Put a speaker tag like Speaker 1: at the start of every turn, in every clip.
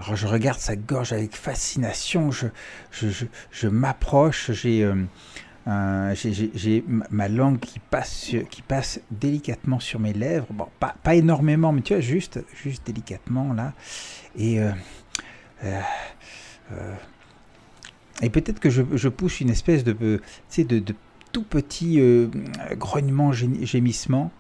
Speaker 1: Alors je regarde sa gorge avec fascination, je m'approche, j'ai ma langue qui passe délicatement sur mes lèvres. Bon, pas énormément, mais tu vois, juste délicatement là. Et, et peut-être que je pousse une espèce de tout petit grognement, gémissement.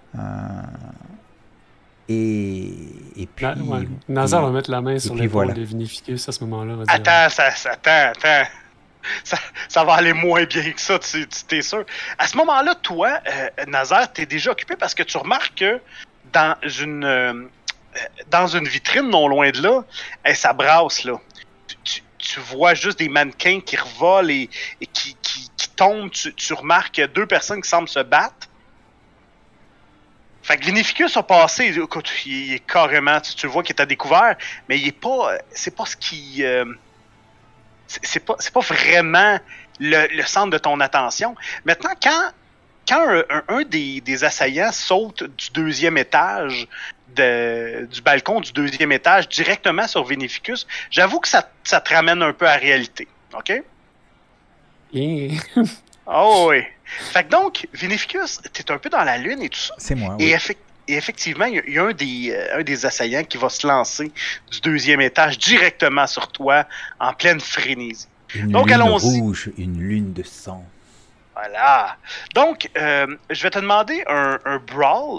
Speaker 1: Et puis...
Speaker 2: Ouais. Nazar va mettre la main sur l'épaule de Vinificus à ce moment-là. Va dire,
Speaker 3: Attends. Ça va aller moins bien que ça, t'es sûr. À ce moment-là, toi, Nazar, t'es déjà occupé parce que tu remarques que dans une vitrine non loin de là, ça brasse, là. Tu vois juste des mannequins qui revolent et qui tombent. Tu remarques 2 personnes qui semblent se battre. Fait que Vinificus a passé, écoute, il est carrément, tu le vois qu'il est à découvert, mais il est pas, c'est pas ce qui, c'est pas vraiment le centre de ton attention. Maintenant, quand un des assaillants saute du 2e étage, du balcon du 2e étage directement sur Vinificus, j'avoue que ça te ramène un peu à la réalité, ok?
Speaker 2: Yeah.
Speaker 3: Oh oui. Fait que donc, Vinificus, t'es un peu dans la lune et tout ça.
Speaker 1: C'est moi, oui.
Speaker 3: Et effectivement, il y a un des assaillants qui va se lancer du 2e étage directement sur toi en pleine frénésie.
Speaker 1: Donc, lune rouge, une lune de sang.
Speaker 3: Voilà. Donc, je vais te demander un brawl,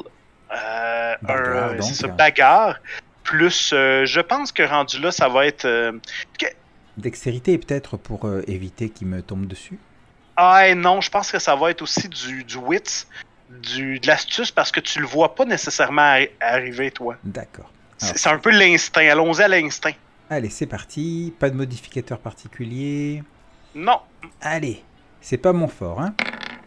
Speaker 3: bagarre, plus, je pense que rendu là, ça va être...
Speaker 1: Dextérité peut-être pour éviter qu'il me tombe dessus.
Speaker 3: Ah non, je pense que ça va être aussi du wits, de l'astuce, parce que tu le vois pas nécessairement arriver, toi.
Speaker 1: D'accord.
Speaker 3: C'est un peu l'instinct. Allons-y à l'instinct.
Speaker 1: Allez, c'est parti. Pas de modificateur particulier.
Speaker 3: Non.
Speaker 1: Allez, c'est pas mon fort, hein.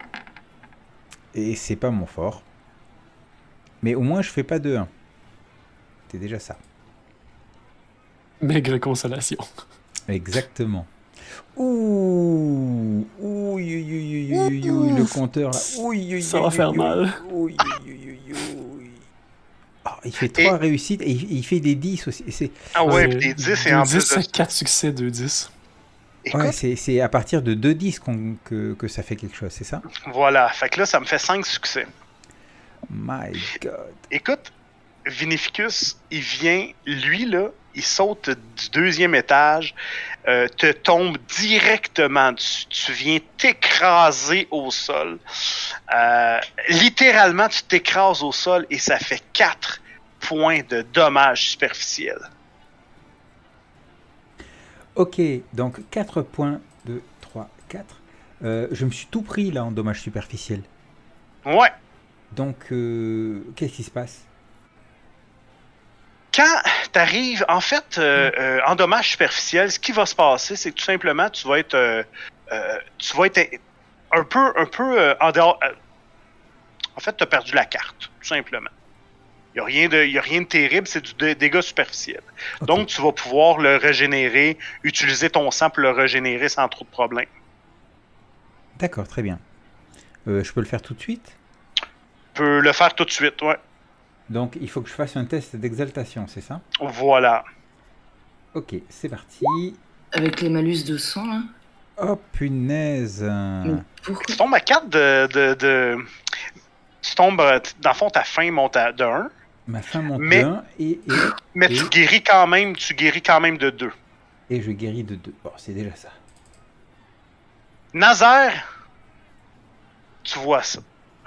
Speaker 1: Et c'est pas mon fort. Mais au moins, je fais pas de 1. C'est déjà ça.
Speaker 2: Maigre consolation.
Speaker 1: Exactement. Ouh, le compteur là.
Speaker 2: Ça va faire mal.
Speaker 1: Oh, il fait 3 réussites et il fait des 10 aussi.
Speaker 3: Ah ouais, puis des 10 et en plus.
Speaker 2: 10, 4 succès, 2 10.
Speaker 1: Écoute, ouais, c'est à partir de 2 10 que ça fait quelque chose, c'est ça?
Speaker 3: Voilà, fait que là, ça me fait 5 succès.
Speaker 1: My God.
Speaker 3: Écoute, Vinificus, il vient, lui, là, il saute du 2e étage, te tombe directement dessus. Tu viens t'écraser au sol. Littéralement, tu t'écrases au sol et ça fait 4 points de dommages superficiels.
Speaker 1: Ok, donc 4 points, 2, 3, 4. Je me suis tout pris là en dommages superficiels.
Speaker 3: Ouais.
Speaker 1: Donc, qu'est-ce qui se passe?
Speaker 3: Quand tu arrives, en fait, en dommages superficiels, ce qui va se passer, c'est que tout simplement, tu vas être un peu en dehors. En fait, tu as perdu la carte, tout simplement. Il n'y a rien de terrible, c'est du dégât superficiel. Okay. Donc, tu vas pouvoir le régénérer, utiliser ton sang pour le régénérer sans trop de problème.
Speaker 1: D'accord, très bien. Je peux le faire tout de suite?
Speaker 3: Tu peux le faire tout de suite, ouais.
Speaker 1: Donc, il faut que je fasse un test d'exaltation, c'est ça?
Speaker 3: Voilà.
Speaker 1: Ok, c'est parti.
Speaker 4: Avec les malus de sang, là?
Speaker 1: Oh, punaise.
Speaker 3: Tu tombes à 4 Tu tombes, dans le fond, ta faim monte de 1.
Speaker 1: Ma faim monte de 1
Speaker 3: mais tu guéris quand même de 2.
Speaker 1: Et je guéris de 2. Bon, c'est déjà ça.
Speaker 3: Nazaire, tu vois ça.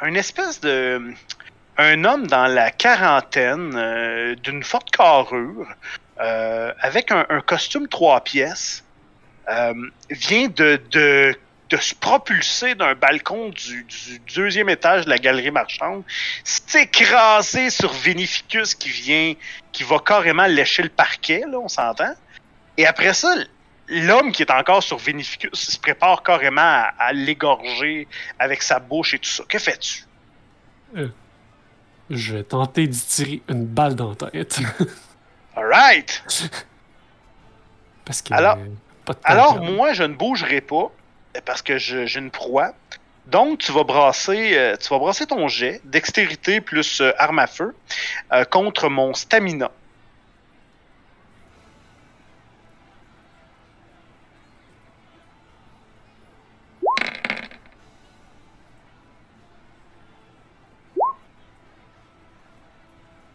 Speaker 3: Un homme dans la quarantaine, d'une forte carrure, avec un costume 3 pièces, vient de se propulser d'un balcon du 2e étage de la galerie marchande, s'écraser sur Vinificus qui va carrément lécher le parquet, là, on s'entend. Et après ça, l'homme qui est encore sur Vinificus se prépare carrément à l'égorger avec sa bouche et tout ça. Que fais-tu?
Speaker 2: Je vais tenter d'y tirer une balle dans la tête.
Speaker 3: Alright!
Speaker 2: Parce que...
Speaker 3: Alors moi, je ne bougerai pas parce que j'ai une proie. Donc, tu vas brasser ton jet, dextérité plus arme à feu, contre mon stamina.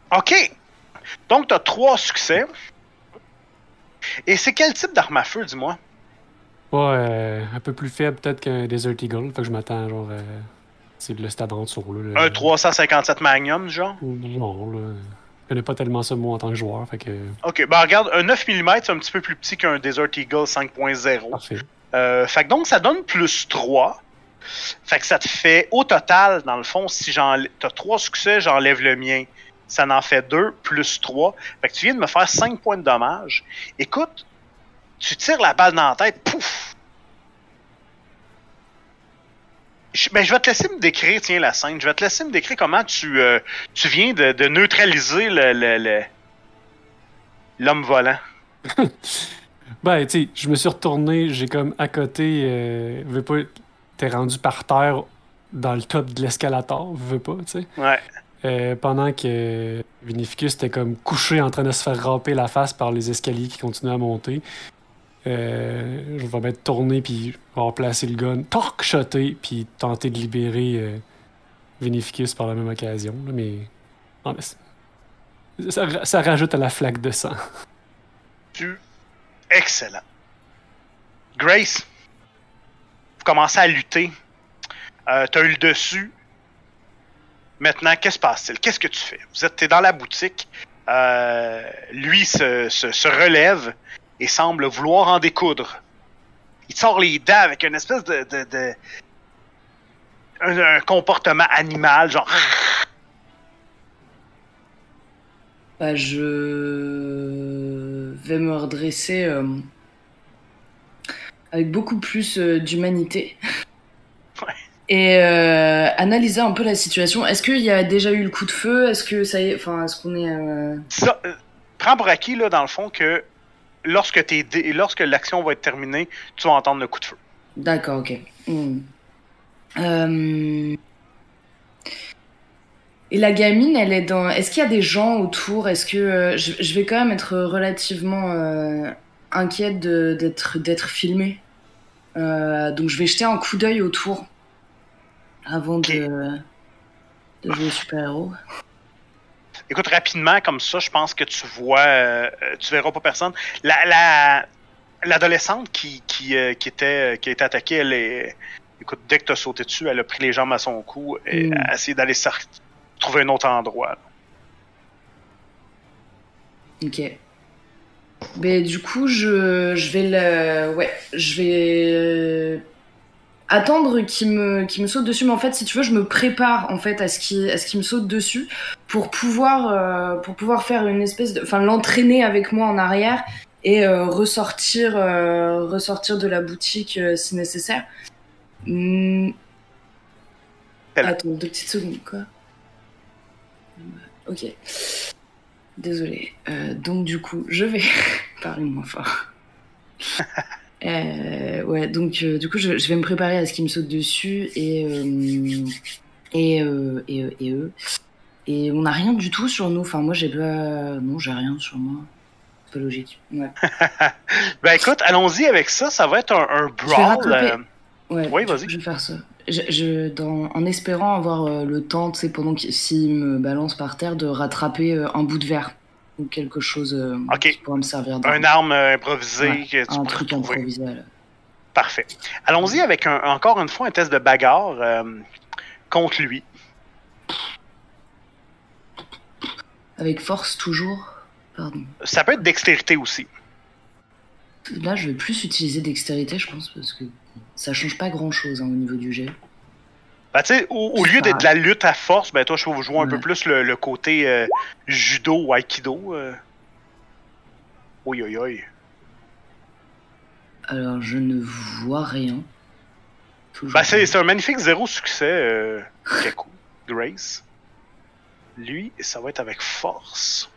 Speaker 3: OK. Donc, tu as 3 succès. Et c'est quel type d'arme à feu, dis-moi?
Speaker 2: Un peu plus faible peut-être qu'un Desert Eagle. Fait que je m'attends, genre, c'est le stade en dessous. Là,
Speaker 3: Un 357 Magnum, genre?
Speaker 2: Non, là. Je connais pas tellement ça, moi, en tant que joueur. Fait que...
Speaker 3: OK, ben regarde, un 9 mm, c'est un petit peu plus petit qu'un Desert Eagle 5.0.
Speaker 2: Parfait.
Speaker 3: Fait que donc, ça donne plus 3. Fait que ça te fait, au total, dans le fond, si t'as 3 succès, j'enlève le mien. Ça en fait 2, plus 3. Fait que tu viens de me faire 5 points de dommage. Écoute, tu tires la balle dans la tête, pouf! Je vais te laisser me décrire, tiens, la scène. Je vais te laisser me décrire comment tu viens de neutraliser l'homme volant.
Speaker 2: Ben, tu sais, je me suis retourné, j'ai comme à côté, t'es rendu par terre dans le top de l'escalator, veux pas, tu sais.
Speaker 3: Ouais.
Speaker 2: Pendant que Vinificus était comme couché en train de se faire râper la face par les escaliers qui continuaient à monter. Je vais m'être tourné puis replacer le gun, toc, shotter, puis tenter de libérer Vinificus par la même occasion. Là, mais ça rajoute à la flaque de sang.
Speaker 3: Excellent. Grace, vous commencez à lutter. T'as eu le dessus. Maintenant, qu'est-ce qui se passe-t-il? Qu'est-ce que tu fais? T'es dans la boutique. Lui se relève et semble vouloir en découdre. Il te sort les dents avec une espèce un comportement animal, genre...
Speaker 4: Bah, je vais me redresser avec beaucoup plus d'humanité.
Speaker 3: Ouais.
Speaker 4: Et analyser un peu la situation. Est-ce qu'il y a déjà eu le coup de feu? Est-ce que ça y est... Enfin, est-ce qu'on est...
Speaker 3: Ça, prends pour acquis, là, dans le fond, que lorsque l'action va être terminée, tu vas entendre le coup de feu.
Speaker 4: D'accord, ok. Et la gamine, elle est dans... Est-ce qu'il y a des gens autour? Est-ce que... je vais quand même être relativement inquiète d'être filmée. Donc je vais jeter un coup d'œil autour avant de jouer super-héros.
Speaker 3: Écoute, rapidement, comme ça, je pense que tu verras pas personne. L'adolescente qui a été attaquée, elle est... Écoute, dès que t'as sauté dessus, elle a pris les jambes à son cou et a essayé d'aller trouver un autre endroit. Là.
Speaker 4: Ok. Mais du coup, je vais attendre qu'il me saute dessus. Mais en fait, si tu veux, je me prépare en fait à ce qu'il me saute dessus pour pouvoir faire une espèce de... Enfin, l'entraîner avec moi en arrière et ressortir de la boutique si nécessaire. Attends, 2 petites secondes, quoi. Ok. Désolée. Donc du coup, je vais parler moins fort. Ouais, donc du coup, je vais me préparer à ce qu'il me saute dessus et on n'a rien du tout sur nous. Enfin, moi, j'ai rien sur moi. C'est pas logique. Ouais.
Speaker 3: Ben écoute, allons-y avec ça. Ça va être un brawl.
Speaker 4: Ouais,
Speaker 3: vas-y.
Speaker 4: Je vais faire ça. En espérant avoir le temps, tu sais, pendant s'il me balance par terre, de rattraper un bout de verre ou quelque chose qui pourra me servir d'arme.
Speaker 3: Une arme improvisée.
Speaker 4: Ouais,
Speaker 3: que tu
Speaker 4: un truc
Speaker 3: retrouver.
Speaker 4: improvisé. Là.
Speaker 3: Parfait. Allons-y avec encore une fois un test de bagarre contre lui.
Speaker 4: Avec force toujours. Pardon.
Speaker 3: Ça peut être dextérité aussi.
Speaker 4: Là, je vais plus utiliser dextérité, je pense, parce que ça change pas grand-chose au niveau du jet.
Speaker 3: Ben, tu sais, au lieu d'être de la lutte à force, ben toi, je vais jouer un peu plus le côté judo ou aikido. Oui.
Speaker 4: Alors, je ne vois rien.
Speaker 3: Ben, c'est un magnifique 0 succès, Kaku, Grace. Lui, ça va être avec force.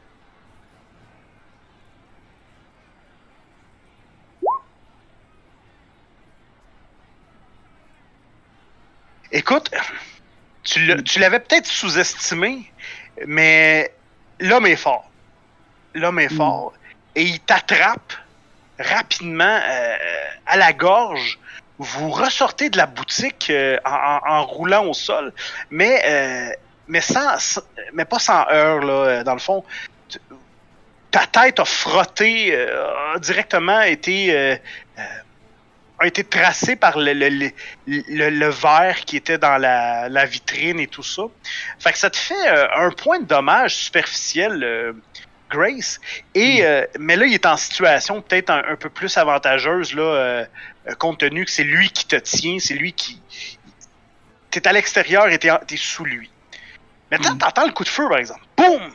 Speaker 3: Écoute, tu l'avais peut-être sous-estimé, mais l'homme est fort. L'homme est fort. Et il t'attrape rapidement à la gorge. Vous ressortez de la boutique en roulant au sol, mais mais pas sans heurts, là, dans le fond. Ta tête a frotté, a directement été tracée par le verre qui était dans la vitrine et tout ça. Fait que ça te fait un point de dommage superficiel, Grace. Mais là, il est en situation peut-être un peu plus avantageuse, là, compte tenu que c'est lui qui te tient, c'est lui qui... T'es à l'extérieur et t'es sous lui. Maintenant, t'entends le coup de feu, par exemple. Boum!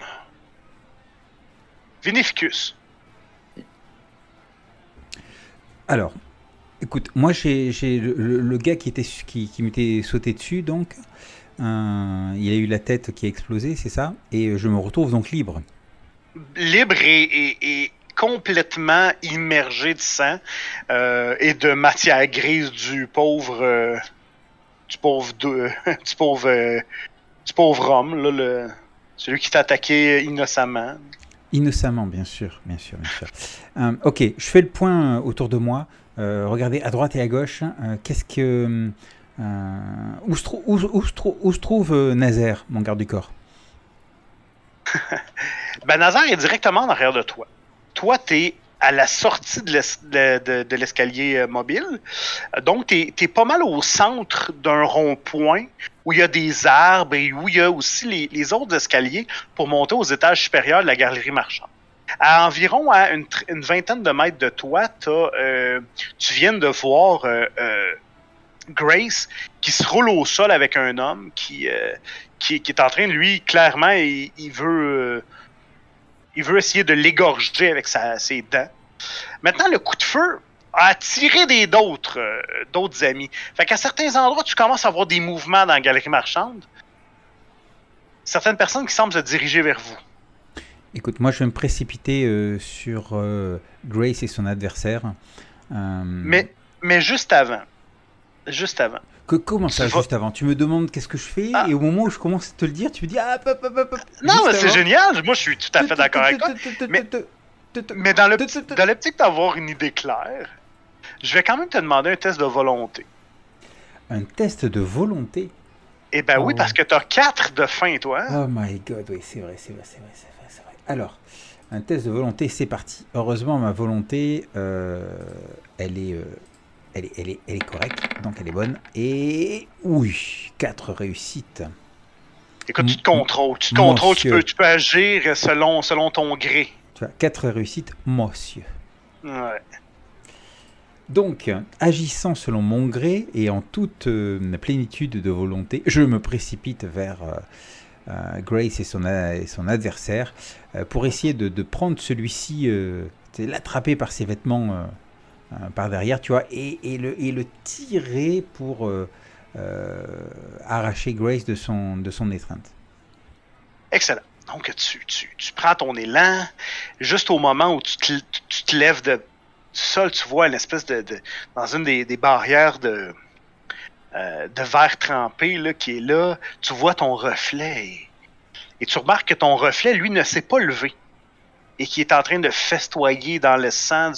Speaker 3: Vinificus.
Speaker 1: Alors, écoute, moi j'ai le gars qui m'était sauté dessus, donc il a eu la tête qui a explosé, c'est ça, et je me retrouve donc libre.
Speaker 3: Libre et complètement immergé de sang et de matière grise du pauvre homme, là, celui qui t'a attaqué innocemment.
Speaker 1: Innocemment, bien sûr. Ok, je fais le point autour de moi. Regardez à droite et à gauche. Où se trouve Nazaire, mon garde du corps?
Speaker 3: Ben, Nazaire est directement en arrière de toi. Toi, t'es à la sortie de l'escalier mobile. Donc, t'es pas mal au centre d'un rond-point où il y a des arbres et où il y a aussi les autres escaliers pour monter aux étages supérieurs de la galerie marchande. À environ une vingtaine de mètres de toi, tu viens de voir Grace qui se roule au sol avec un homme qui est en train de, lui, clairement, il veut essayer de l'égorger avec ses dents. Maintenant, le coup de feu a attiré d'autres amis. Fait qu'à certains endroits, tu commences à voir des mouvements dans la galerie marchande. Certaines personnes qui semblent se diriger vers vous.
Speaker 1: Écoute, moi je vais me précipiter sur Grace et son adversaire.
Speaker 3: Mais juste avant.
Speaker 1: Comment ça, juste avant? Tu me demandes qu'est-ce que je fais et au moment où je commence à te le dire, tu me dis
Speaker 3: non, mais c'est génial. Moi, je suis tout à fait d'accord avec toi. Mais dans l'optique d'avoir une idée claire, je vais quand même te demander un test de volonté.
Speaker 1: Un test de volonté?
Speaker 3: Eh ben oui, parce que t'as 4 de faim, toi.
Speaker 1: Oh my god, oui, c'est vrai. Alors, un test de volonté, c'est parti. Heureusement, ma volonté, elle est correcte, donc elle est bonne. Et oui, 4 réussites.
Speaker 3: Écoute, tu te contrôles, tu peux agir selon ton gré.
Speaker 1: Tu vois, 4 réussites, monsieur.
Speaker 3: Ouais.
Speaker 1: Donc, agissant selon mon gré et en toute plénitude de volonté, je me précipite vers Grace et son adversaire pour essayer de prendre celui-ci, l'attraper par ses vêtements par derrière, tu vois, et le tirer pour arracher Grace de son étreinte. Excellent.
Speaker 3: Donc, tu prends ton élan, juste au moment où tu te lèves du sol, tu vois une espèce dans une des barrières de verre trempé là, qui est là, tu vois ton reflet et tu remarques que ton reflet, lui, ne s'est pas levé et qui est en train de festoyer dans le sang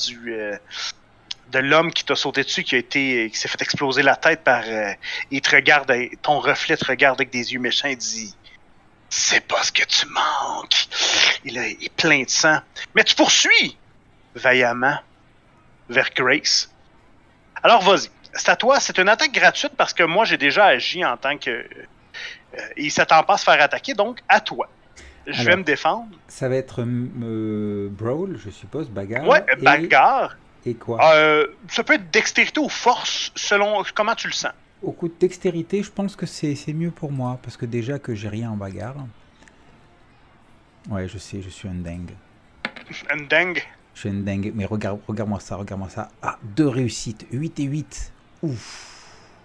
Speaker 3: de l'homme qui t'a sauté dessus, qui s'est fait exploser la tête par... il te regarde, ton reflet te regarde avec des yeux méchants et dit « C'est pas ce que tu manques! » Il est plein de sang. Mais tu poursuis vaillamment vers Grace. Alors vas-y, c'est à toi, c'est une attaque gratuite parce que moi j'ai déjà agi en tant que... il s'attend pas à se faire attaquer, donc à toi. Je vais me défendre.
Speaker 1: Ça va être brawl, je suppose, bagarre.
Speaker 3: Ouais, bagarre.
Speaker 1: Et quoi?
Speaker 3: Ça peut être dextérité ou force, selon comment tu le sens.
Speaker 1: Au coup de dextérité, je pense que c'est mieux pour moi, parce que déjà que j'ai rien en bagarre. Ouais, je sais, je suis un dingue.
Speaker 3: Un dingue?
Speaker 1: Je suis un dingue, mais regarde-moi ça. Ah, 2 réussites, 8 et 8. Ouf.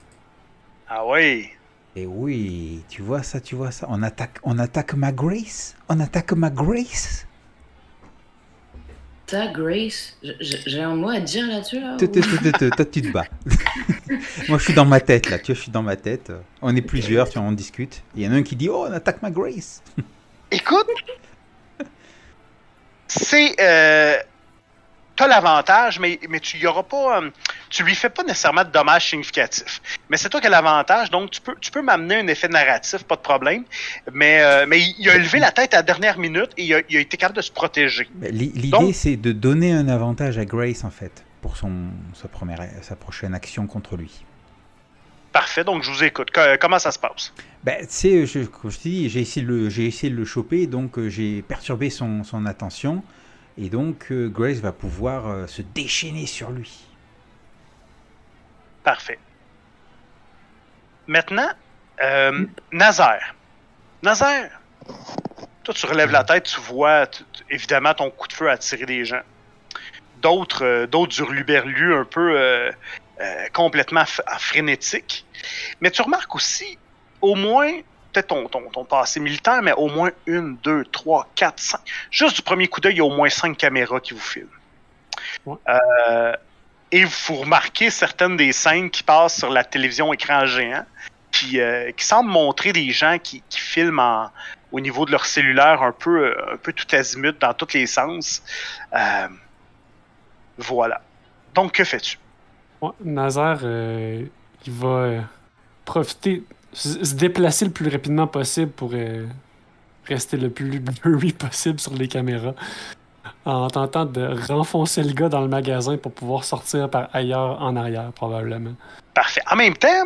Speaker 3: Ah oui.
Speaker 1: Et oui, tu vois ça. On attaque ma Grace.
Speaker 4: Ta Grace, j'ai un mot à dire là-dessus là.
Speaker 1: Toi, tu te bats. Moi, je suis dans ma tête là. Tu vois, je suis dans ma tête. On est plusieurs, tu vois, on discute. Il y en a un qui dit, oh, on attaque ma Grace.
Speaker 3: Écoute, c'est t'as l'avantage, mais tu tu lui fais pas nécessairement de dommages significatifs. Mais c'est toi qui as l'avantage, donc tu peux m'amener un effet narratif, pas de problème. Mais il a levé la tête à la dernière minute et il a été capable de se protéger.
Speaker 1: L'idée, c'est de donner un avantage à Grace, en fait, pour sa prochaine action contre lui.
Speaker 3: Parfait, donc je vous écoute. Comment ça se passe?
Speaker 1: Ben, tu sais, comme je te dis, j'ai essayé de le choper, donc j'ai perturbé son attention, et donc Grace va pouvoir se déchaîner sur lui.
Speaker 3: Parfait. Maintenant, Nazaire. Nazaire, toi tu relèves la tête, tu vois évidemment ton coup de feu attirer des gens. D'autres hurluberlus un peu complètement frénétiques. Mais tu remarques aussi, au moins, peut-être ton passé militaire, mais au moins 1, 2, 3, 4, 5. Juste du premier coup d'œil, il y a au moins 5 caméras qui vous filment.
Speaker 2: Ouais.
Speaker 3: Et vous remarquez certaines des scènes qui passent sur la télévision écran géant qui semblent montrer des gens qui filment au niveau de leur cellulaire un peu tout azimut dans tous les sens. Voilà. Donc, que fais-tu?
Speaker 2: Ouais, Nazaire, il va profiter, se déplacer le plus rapidement possible pour rester le plus blurry possible sur les caméras, en tentant de renfoncer le gars dans le magasin pour pouvoir sortir par ailleurs en arrière, probablement.
Speaker 3: Parfait. En même temps,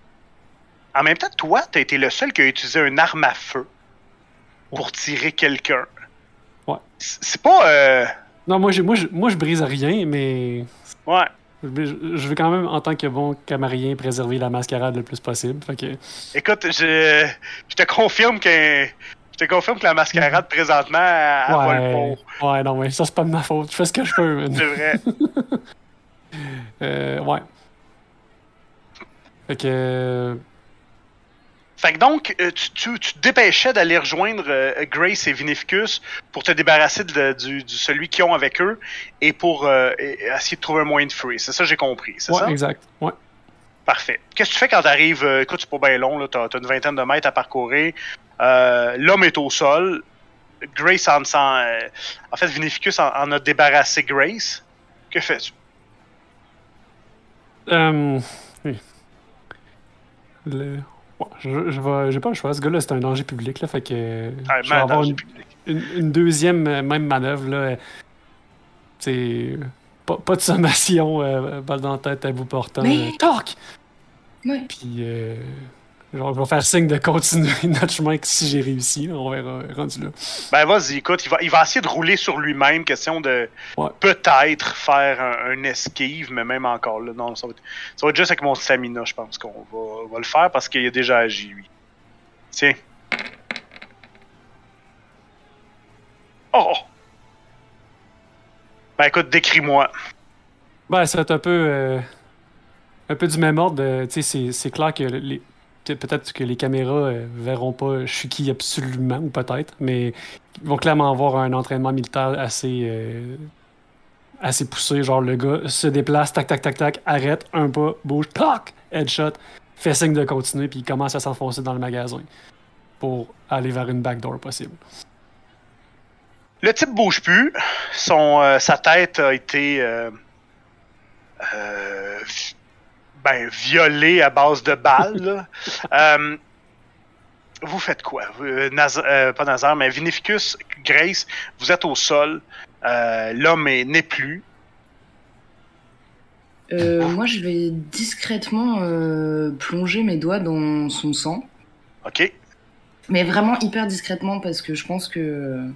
Speaker 3: toi, t'as été le seul qui a utilisé une arme à feu pour tirer quelqu'un.
Speaker 2: Ouais.
Speaker 3: C'est pas...
Speaker 2: Non, moi, je brise rien, mais...
Speaker 3: Ouais.
Speaker 2: Je veux quand même, en tant que bon camarien, préserver la mascarade le plus possible. Fait que...
Speaker 3: Écoute, je te confirme que la mascarade, présentement, elle vole pas.
Speaker 2: Ouais, non, mais ça, c'est pas de ma faute. Je fais ce que je peux.
Speaker 3: C'est vrai.
Speaker 2: Ouais. Fait que...
Speaker 3: Fait que donc, tu te dépêchais d'aller rejoindre Grace et Vinificus pour te débarrasser de celui qu'ils ont avec eux et pour essayer de trouver un moyen de fuir. C'est ça, j'ai compris, c'est ça?
Speaker 2: Ouais, exact. Ouais.
Speaker 3: Parfait. Qu'est-ce que tu fais quand t'arrives? Écoute, c'est pas bien long, là, t'as une vingtaine de mètres à parcourir. L'homme est au sol. Grace en fait, Vinificus en a débarrassé Grace. Que fais-tu?
Speaker 2: Oui. J'ai pas le choix. Ce gars-là, c'est un danger public. Là, fait que je vais avoir une deuxième même manœuvre. Là, pas de sommation, balle dans la tête à bout portant. Toc!
Speaker 4: Ouais.
Speaker 2: Puis, genre, je vais faire signe de continuer notre chemin si j'ai réussi. Là, on verra rendu là.
Speaker 3: Ben vas-y, écoute, il va essayer de rouler sur lui-même. Question de peut-être faire un esquive, mais même encore là. Non, ça va être juste avec mon stamina, je pense qu'on va le faire parce qu'il a déjà agi, lui. Tiens. Oh! Ben écoute, décris-moi.
Speaker 2: Ben, c'est un peu du même ordre. Tu sais, c'est clair que peut-être que les caméras verront pas je suis qui absolument, ou peut-être, mais ils vont clairement avoir un entraînement militaire assez poussé. Genre, le gars se déplace, tac, tac, tac, tac, arrête, un pas, bouge, tac, headshot, fait signe de continuer, puis il commence à s'enfoncer dans le magasin pour aller vers une backdoor possible.
Speaker 3: Le type bouge plus. Sa tête a été violée à base de balles. Vous faites quoi? Pas Nazaire, mais Vinificus, Grace, vous êtes au sol. L'homme n'est plus.
Speaker 4: Moi, je vais discrètement plonger mes doigts dans son sang.
Speaker 3: OK.
Speaker 4: Mais vraiment hyper discrètement parce que je pense que...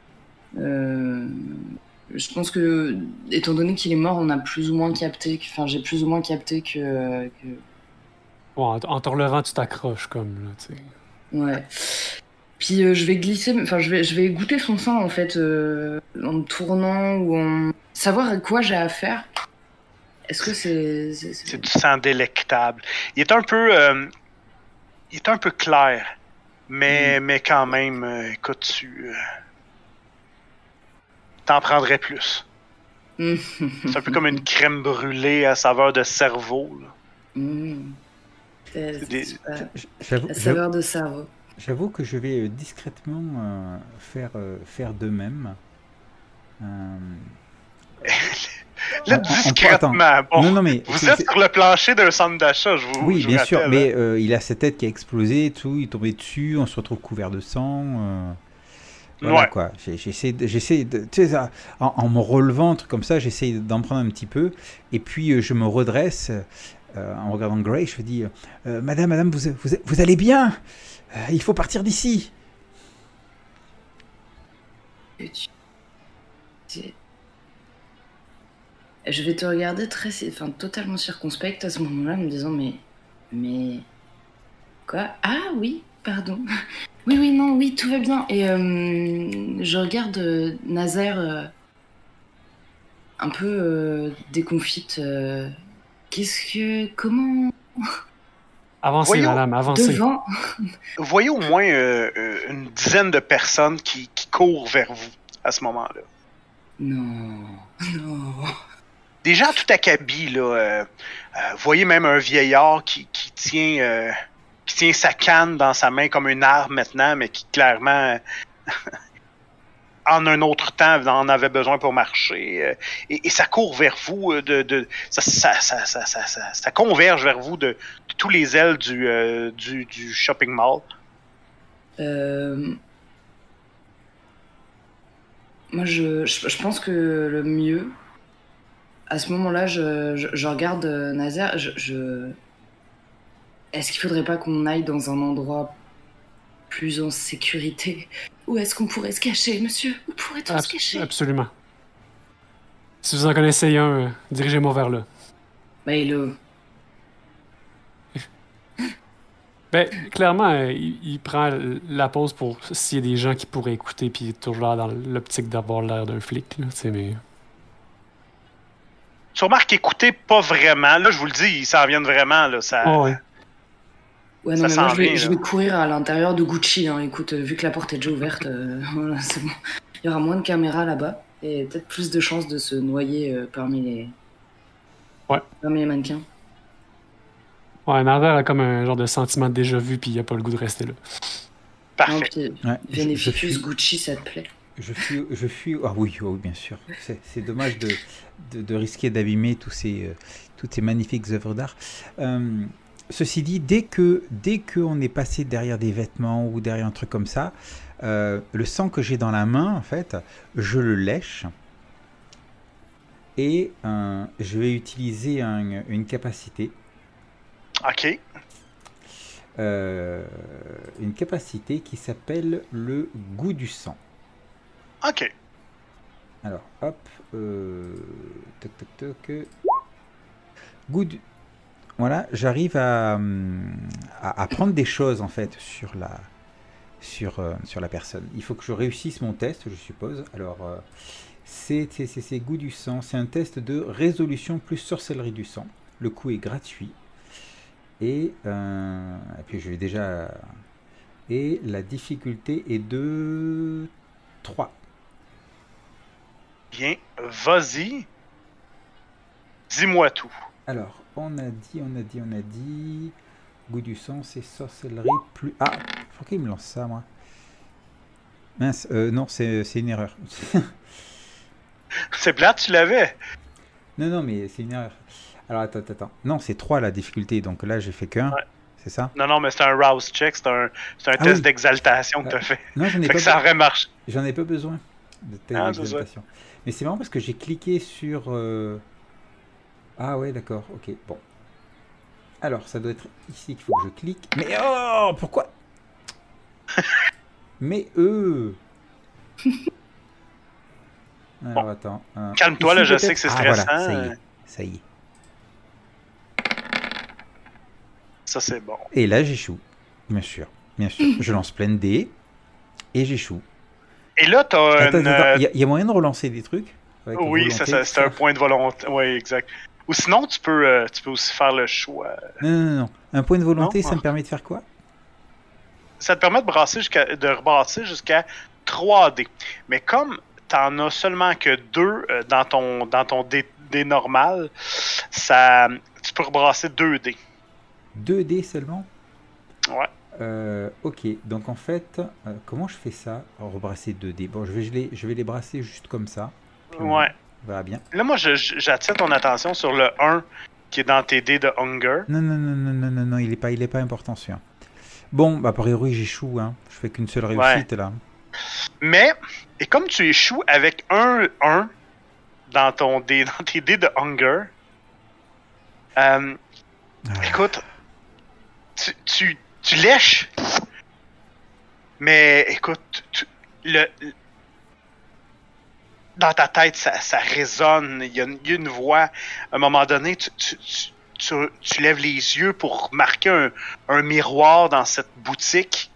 Speaker 4: étant donné qu'il est mort, on a plus ou moins capté... Enfin, j'ai plus ou moins capté que...
Speaker 2: Bon, en te relevant, tu t'accroches comme, là, tu sais.
Speaker 4: Ouais. Puis je vais glisser... Enfin, je vais goûter son sang, en fait, en me tournant ou en... Savoir à quoi j'ai affaire. Est-ce que
Speaker 3: c'est du sang délectable. Il est un peu clair, mais quand même, écoute, t'en prendrais plus. C'est un peu comme une crème brûlée à saveur de cerveau.
Speaker 4: La saveur de cerveau.
Speaker 1: J'avoue que je vais discrètement faire de même.
Speaker 3: Là, discrètement. Bon,
Speaker 1: non, mais
Speaker 3: vous êtes sur le plancher d'un centre d'achat, je vous
Speaker 1: Oui,
Speaker 3: je
Speaker 1: bien
Speaker 3: vous
Speaker 1: sûr,
Speaker 3: rappelle,
Speaker 1: mais
Speaker 3: hein.
Speaker 1: il a sa tête qui a explosé, et tout, il est tombé dessus, on se retrouve couvert de sang. Voilà
Speaker 3: Ouais.
Speaker 1: quoi. J'essaie de, tu sais, en me relevant, un truc comme ça, j'essaie d'en prendre un petit peu, et puis je me redresse en regardant Gray, je me dis Madame, vous allez bien? Il faut partir d'ici.
Speaker 4: Je vais te regarder totalement circonspecte à ce moment-là, me disant mais quoi? Ah oui, pardon. Oui, non, oui, tout va bien. Et je regarde Nazaire un peu déconfite. Comment
Speaker 2: Avancez,
Speaker 3: Voyons,
Speaker 2: madame, avancez.
Speaker 4: devant?
Speaker 3: Voyez au moins une dizaine de personnes qui courent vers vous à ce moment-là.
Speaker 4: Non.
Speaker 3: Des gens tout acabis, là. Voyez même un vieillard qui tient sa canne dans sa main comme une arme maintenant, mais qui clairement, en un autre temps, en avait besoin pour marcher. Et ça court vers vous, ça converge vers vous de tous les ailes du shopping mall.
Speaker 4: Moi, je pense que le mieux, à ce moment-là, je regarde Nazaire. Est-ce qu'il faudrait pas qu'on aille dans un endroit plus en sécurité? Où est-ce qu'on pourrait se cacher, monsieur? Où pourrait-on se cacher?
Speaker 2: Absolument. Si vous en connaissez un, dirigez-moi vers là.
Speaker 4: Mais
Speaker 2: Ben, clairement, il prend la pause pour s'il y a des gens qui pourraient écouter, puis il est toujours là dans l'optique d'avoir l'air d'un flic, là, tu sais, mais...
Speaker 3: Tu remarques, écoutez pas vraiment. Là, je vous le dis, ils s'en viennent vraiment. Là, ça...
Speaker 2: Oh, ouais.
Speaker 4: Ouais, non,
Speaker 3: Ça
Speaker 4: mais moi,
Speaker 3: s'en vient,
Speaker 4: je vais courir à l'intérieur de Gucci. Hein. Écoute, vu que la porte est déjà ouverte, voilà, c'est bon. Il y aura moins de caméras là-bas et peut-être plus de chances de se noyer parmi les mannequins.
Speaker 2: Ouais, Nazaire a comme un genre de sentiment de déjà-vu, puis il a pas le goût de rester là.
Speaker 3: Parfait.
Speaker 4: Non, puis,
Speaker 1: Ouais,
Speaker 4: Veneficus, Gucci, ça te plaît?
Speaker 1: Je fuis. Ah oui, bien sûr. C'est dommage de risquer d'abîmer toutes ces magnifiques œuvres d'art. Ceci dit, dès que on est passé derrière des vêtements ou derrière un truc comme ça, le sang que j'ai dans la main, en fait, je le lèche et je vais utiliser une capacité.
Speaker 3: OK.
Speaker 1: Une capacité qui s'appelle le goût du sang.
Speaker 3: OK.
Speaker 1: Alors, hop, toc. Goût du... Voilà, j'arrive à prendre des choses en fait sur la personne. Il faut que je réussisse mon test, je suppose. Alors, c'est goût du sang. C'est un test de résolution plus sorcellerie du sang. Le coût est gratuit. Et puis je vais déjà... Et la difficulté est de 3.
Speaker 3: Bien, vas-y. Dis-moi tout.
Speaker 1: Alors, on a dit... Goût du sang, c'est sorcellerie plus... Ah, pourquoi il me lance ça, moi? Mince, non, c'est une erreur.
Speaker 3: C'est plate, tu l'avais.
Speaker 1: Non, mais c'est une erreur. Alors, attends. Non, c'est 3 la difficulté, donc là, j'ai fait qu'un.
Speaker 3: Ouais.
Speaker 1: C'est ça?
Speaker 3: Non, mais c'est un rouse check, c'est un test d'exaltation que tu as fait.
Speaker 1: Non, j'en ai
Speaker 3: Fait
Speaker 1: pas
Speaker 3: que ça aurait marché.
Speaker 1: J'en ai pas besoin de test d'exaltation. Mais c'est marrant parce que j'ai cliqué sur... Ah ouais, d'accord, ok, bon. Alors, ça doit être ici qu'il faut que je clique. Mais oh, pourquoi? Mais Alors,
Speaker 3: bon.
Speaker 1: attends.
Speaker 3: Calme-toi,
Speaker 1: ici,
Speaker 3: là, je
Speaker 1: peut-être.
Speaker 3: sais que c'est stressant.
Speaker 1: Voilà, ça y est.
Speaker 3: Ça, c'est bon.
Speaker 1: Et là, j'échoue. Bien sûr. Je lance plein de dés et j'échoue.
Speaker 3: Et là, tu as
Speaker 1: Attends. Il y a moyen de relancer des trucs?
Speaker 3: Oui, c'est un point de volonté. Oui, exact. Ou sinon, tu peux aussi faire le choix.
Speaker 1: Non. Un point de volonté,
Speaker 3: Non?
Speaker 1: ça me permet de faire quoi?
Speaker 3: Ça te permet de rebrasser jusqu'à 3 dés. Mais comme tu n'en as seulement que 2 dans ton dé normal, tu peux rebrasser 2 dés.
Speaker 1: 2 dés seulement?
Speaker 3: Ouais.
Speaker 1: Ok, donc en fait, comment je fais ça? Rebrasser 2 dés. Bon, je vais les brasser juste comme ça.
Speaker 3: Ouais.
Speaker 1: On verra bien.
Speaker 3: Là, moi, j'attire ton attention sur le 1 qui est dans tes dés de Hunger.
Speaker 1: Non, il est pas important celui-là. Bon, bah, a priori, j'échoue, hein. Je fais qu'une seule réussite, là.
Speaker 3: Mais, et comme tu échoues avec un 1 dans tes dés de Hunger, écoute, tu lèches, mais écoute, dans ta tête, ça résonne, il y a une voix. À un moment donné, tu lèves les yeux pour marquer un miroir dans cette boutique.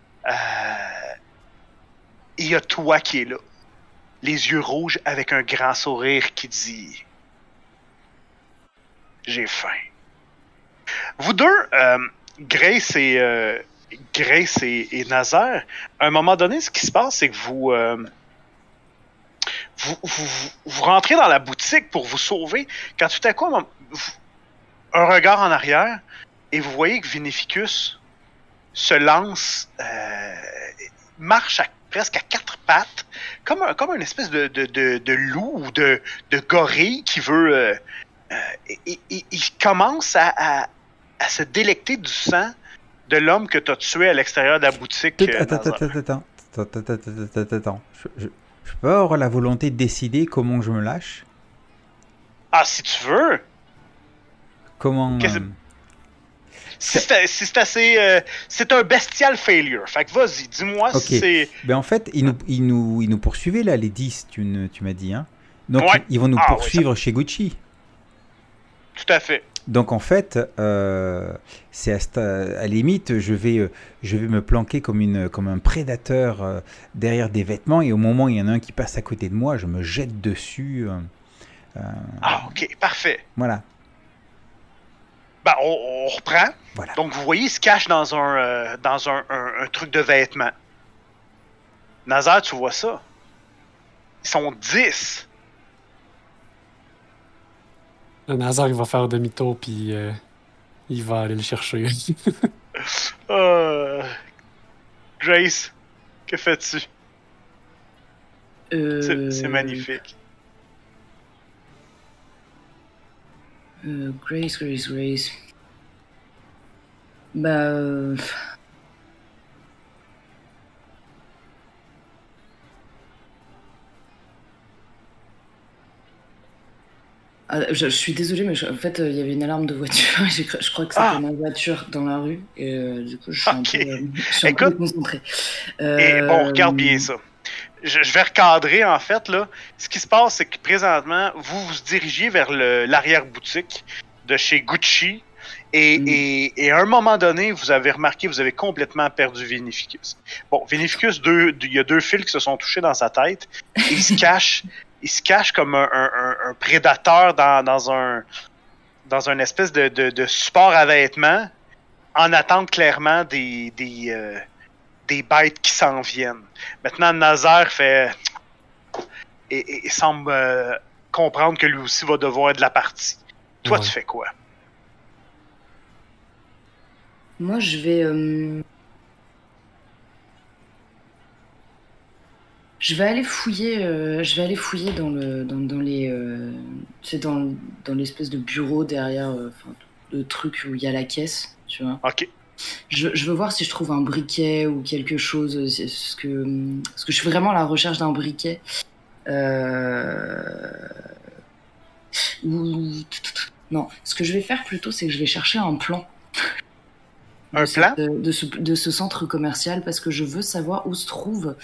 Speaker 3: Il y a toi qui est là. Les yeux rouges avec un grand sourire qui dit « J'ai faim ». Vous deux, Grace et Nazaire, à un moment donné, ce qui se passe, c'est que vous rentrez dans la boutique pour vous sauver, quand tout à coup, un regard en arrière, et vous voyez que Vinificus se lance, marche presque à 4 pattes, comme une espèce de loup ou de gorille qui veut... il commence à se délecter du sang de l'homme que tu as tué à l'extérieur de la boutique.
Speaker 1: Attends. Je peux avoir la volonté de décider comment je me lâche?
Speaker 3: Ah, si tu veux.
Speaker 1: Comment...
Speaker 3: C'est assez... c'est un bestial failure. Fait que vas-y, dis-moi si c'est...
Speaker 1: Ben en fait, ils nous poursuivaient là, les 10, tu m'as dit. Hein. Donc
Speaker 3: ouais.
Speaker 1: Ils vont nous poursuivre chez Gucci.
Speaker 3: Tout à fait.
Speaker 1: Donc en fait, c'est à la limite, je vais me planquer comme un prédateur derrière des vêtements, et au moment où il y en a un qui passe à côté de moi, je me jette dessus.
Speaker 3: Ok, parfait.
Speaker 1: Voilà.
Speaker 3: Ben, on reprend.
Speaker 1: Voilà.
Speaker 3: Donc vous voyez, il se cache dans un truc de vêtements. Nazaire, tu vois ça? Ils sont 10.
Speaker 2: Le Nazar, il va faire demi-tour, puis il va aller le chercher.
Speaker 3: Grace, que fais-tu?
Speaker 4: Euh...
Speaker 3: C'est magnifique.
Speaker 4: Grace. Bah... je suis désolée, mais en fait, il y avait une alarme de voiture. Je crois que c'était ma voiture dans la rue. Et du coup, je suis un peu concentrée.
Speaker 3: Et bon, regarde bien ça. Je vais recadrer, en fait, là. Ce qui se passe, c'est que présentement, vous vous dirigiez vers l'arrière-boutique de chez Gucci. Et à un moment donné, vous avez remarqué, vous avez complètement perdu Vinificus. Bon, Vinificus, il y a 2 fils qui se sont touchés dans sa tête. Et il se cache comme un prédateur dans un espèce de support à vêtements, en attente clairement des bêtes qui s'en viennent. Maintenant, Nazaire fait et semble comprendre que lui aussi va devoir être de la partie. Toi, tu fais quoi?
Speaker 4: Moi, je vais aller fouiller. Dans l'espèce de bureau derrière, le truc où il y a la caisse, tu vois.
Speaker 3: Ok.
Speaker 4: Je veux voir si je trouve un briquet ou quelque chose. Parce que je suis vraiment à la recherche d'un briquet. Non, ce que je vais faire plutôt, c'est que je vais chercher un plan. De ce centre commercial, parce que je veux savoir où se trouve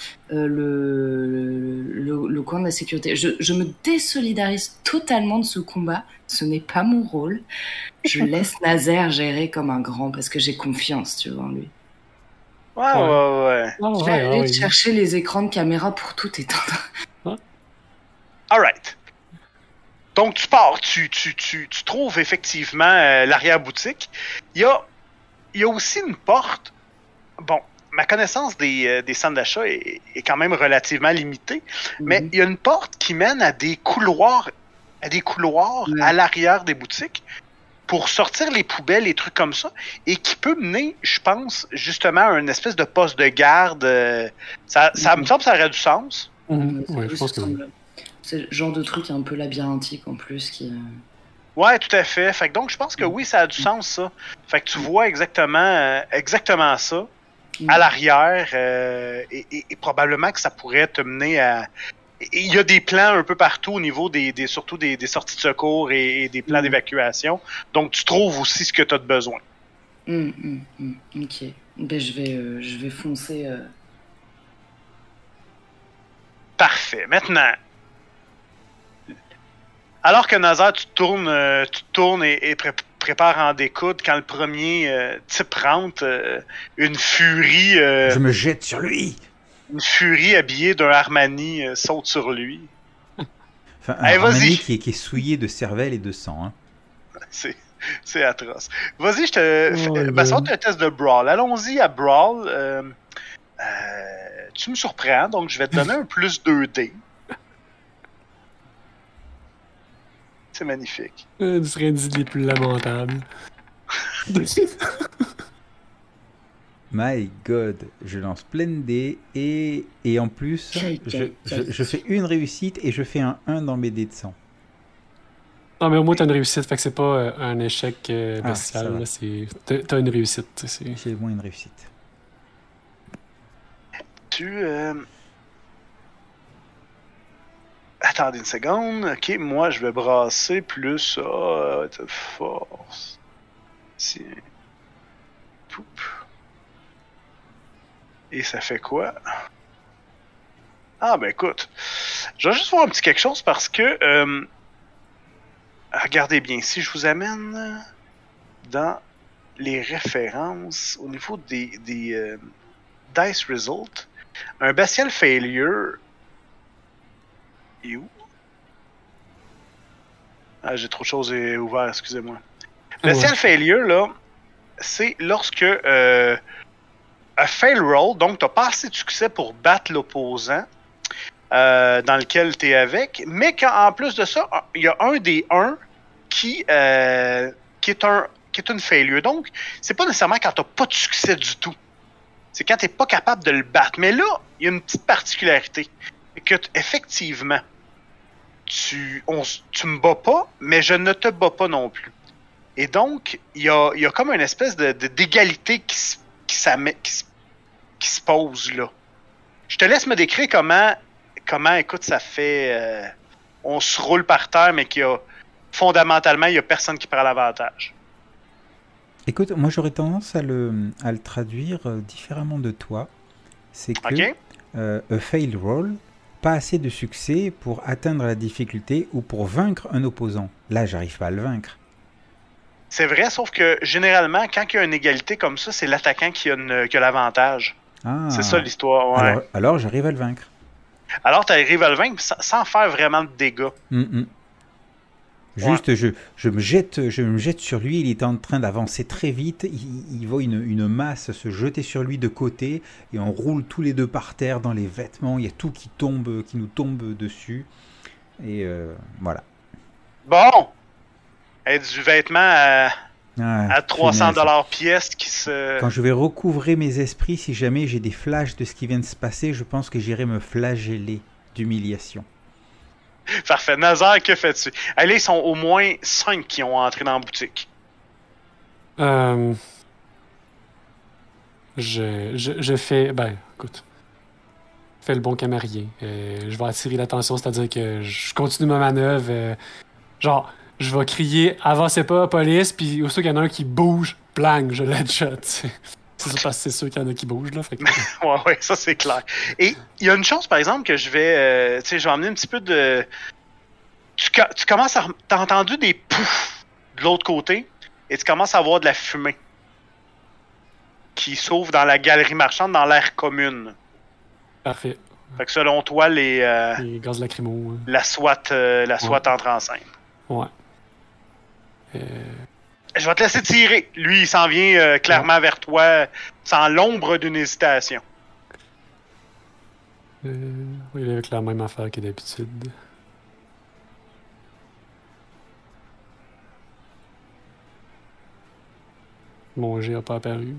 Speaker 4: le coin de la sécurité. Je me désolidarise totalement de ce combat. Ce n'est pas mon rôle. Je laisse Nazaire gérer comme un grand, parce que j'ai confiance, tu vois, en lui.
Speaker 3: Ouais.
Speaker 4: Je vais aller chercher les écrans de caméra pour tout éteindre.
Speaker 3: Alright. Donc tu pars, tu trouves effectivement l'arrière-boutique. Il y a aussi une porte. Bon, ma connaissance des centres d'achat est quand même relativement limitée, mais il y a une porte qui mène à des couloirs à l'arrière des boutiques pour sortir les poubelles, les trucs comme ça, et qui peut mener, je pense, justement à une espèce de poste de garde. Ça me semble que ça aurait du sens.
Speaker 2: Oui, je pense que oui.
Speaker 4: C'est le genre de truc un peu labyrinthique en plus qui.
Speaker 3: Ouais, tout à fait. Fait que donc, je pense que oui, ça a du sens, ça. Fait que tu vois exactement ça à l'arrière et probablement que ça pourrait te mener à... Il y a des plans un peu partout au niveau surtout des sorties de secours et des plans d'évacuation. Donc, tu trouves aussi ce que tu as de besoin.
Speaker 4: Ok. Ben, je vais foncer.
Speaker 3: Parfait. Maintenant, alors que Nazar, tu te tournes et prépares en découdre, quand le premier type rentre, une furie...
Speaker 1: Je me jette sur lui!
Speaker 3: Une furie habillée d'un Armani saute sur lui.
Speaker 1: Enfin, un Armani qui est souillé de cervelle et de sang. Hein.
Speaker 3: C'est atroce. Vas-y, je te... ça va être un test de Brawl. Allons-y à Brawl. Tu me surprends, donc je vais te donner un plus 2D. C'est magnifique.
Speaker 2: Ce serait dit les plus lamentables.
Speaker 1: My God, je lance plein de dés et en plus, je fais une réussite et je fais un 1 dans mes dés de sang.
Speaker 2: Non, mais au moins, t'as une réussite, fait que c'est pas un échec bestial. Là, t'as une réussite.
Speaker 1: J'ai au moins une réussite.
Speaker 3: Attendez une seconde. Ok, moi, je vais brasser plus de force. Si... Poup. Et ça fait quoi? Ah, ben écoute, je vais juste voir un petit quelque chose parce que... regardez bien, si je vous amène dans les références au niveau des Dice Result, un Bestial Failure... Et où? Ah, j'ai trop de choses ouvertes, excusez-moi. Bestial Failure, là, c'est lorsque... un fail roll, donc tu n'as pas assez de succès pour battre l'opposant dans lequel tu es avec, mais qu'en plus de ça, il y a un des 1 qui est une failure. Donc, c'est pas nécessairement quand tu n'as pas de succès du tout. C'est quand tu n'es pas capable de le battre. Mais là, il y a une petite particularité. Que effectivement, tu me bats pas, mais je ne te bats pas non plus. Et donc, il y a comme une espèce d'égalité qui se pose là. Je te laisse me décrire comment écoute, ça fait... on se roule par terre, mais fondamentalement, il n'y a personne qui prend l'avantage.
Speaker 1: Écoute, moi j'aurais tendance à le traduire différemment de toi. C'est que a fail roll, pas assez de succès pour atteindre la difficulté ou pour vaincre un opposant. Là, j'arrive pas à le vaincre.
Speaker 3: C'est vrai, sauf que généralement, quand il y a une égalité comme ça, c'est l'attaquant qui a l'avantage. Ah. C'est ça l'histoire. Ouais.
Speaker 1: Alors j'arrive à le vaincre.
Speaker 3: Alors tu arrives à le vaincre sans faire vraiment de dégâts.
Speaker 1: Juste, je me jette sur lui, il est en train d'avancer très vite, il voit une masse se jeter sur lui de côté, et on roule tous les deux par terre dans les vêtements, il y a tout qui nous tombe dessus, et voilà.
Speaker 3: Bon! Et du vêtement à 300$ pièce qui se...
Speaker 1: Quand je vais recouvrer mes esprits, si jamais j'ai des flashs de ce qui vient de se passer, je pense que j'irai me flageller d'humiliation.
Speaker 3: Parfait. Nazar, que fais-tu? Allez, ils sont au moins 5 qui ont entré dans la boutique.
Speaker 2: Je fais... Ben, écoute. Je fais le bon camarier. Je vais attirer l'attention, c'est-à-dire que je continue ma manœuvre. Je vais crier « Avancez pas, police », puis aussitôt qu'il y en a un qui bouge, blang, je l'headshot. C'est parce que c'est sûr qu'il y en a qui bougent, là. Fait que...
Speaker 3: ouais, ça c'est clair. Et il y a une chose, par exemple, que je vais emmener un petit peu de... Tu commences à... T'as entendu des poufs de l'autre côté, et tu commences à voir de la fumée qui s'ouvre dans la galerie marchande, dans l'aire commune.
Speaker 2: Parfait.
Speaker 3: Fait que selon toi,
Speaker 2: les gaz lacrymaux.
Speaker 3: La SWAT entre en scène.
Speaker 2: Ouais.
Speaker 3: Je vais te laisser tirer. Lui, il s'en vient clairement vers toi sans l'ombre d'une hésitation.
Speaker 2: Oui, il est avec la même affaire que d'habitude. Mon jet n'a pas apparu.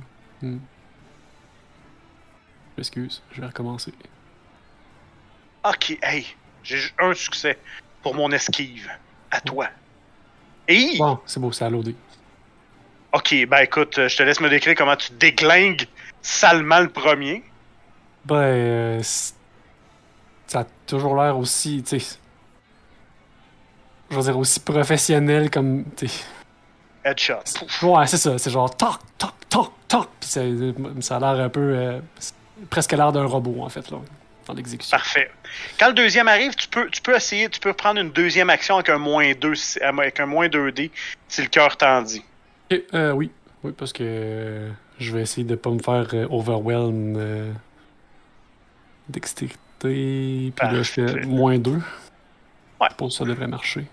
Speaker 2: Excuse, je vais recommencer.
Speaker 3: Ok, hey. J'ai un succès pour mon esquive. À toi. Et...
Speaker 2: Bon, c'est beau, ça a loadé.
Speaker 3: Ok, ben écoute, je te laisse me décrire comment tu déglingues salement le premier.
Speaker 2: Ben, ça a toujours l'air aussi, tu sais... Je veux dire, aussi professionnel comme, tu sais...
Speaker 3: Headshot. Pouf.
Speaker 2: Ouais, c'est ça. C'est genre toc, toc, toc, toc. Puis ça a l'air un peu... presque l'air d'un robot, en fait, là, dans l'exécution.
Speaker 3: Parfait. Quand le deuxième arrive, tu peux essayer, tu peux prendre une deuxième action avec un -2, avec un -2D, si le cœur t'en dit.
Speaker 2: Ok, oui. Oui, parce que je vais essayer de pas me faire overwhelm dextérité. Puis là, je fais -2.
Speaker 3: Ouais.
Speaker 2: Je pense que ça devrait marcher.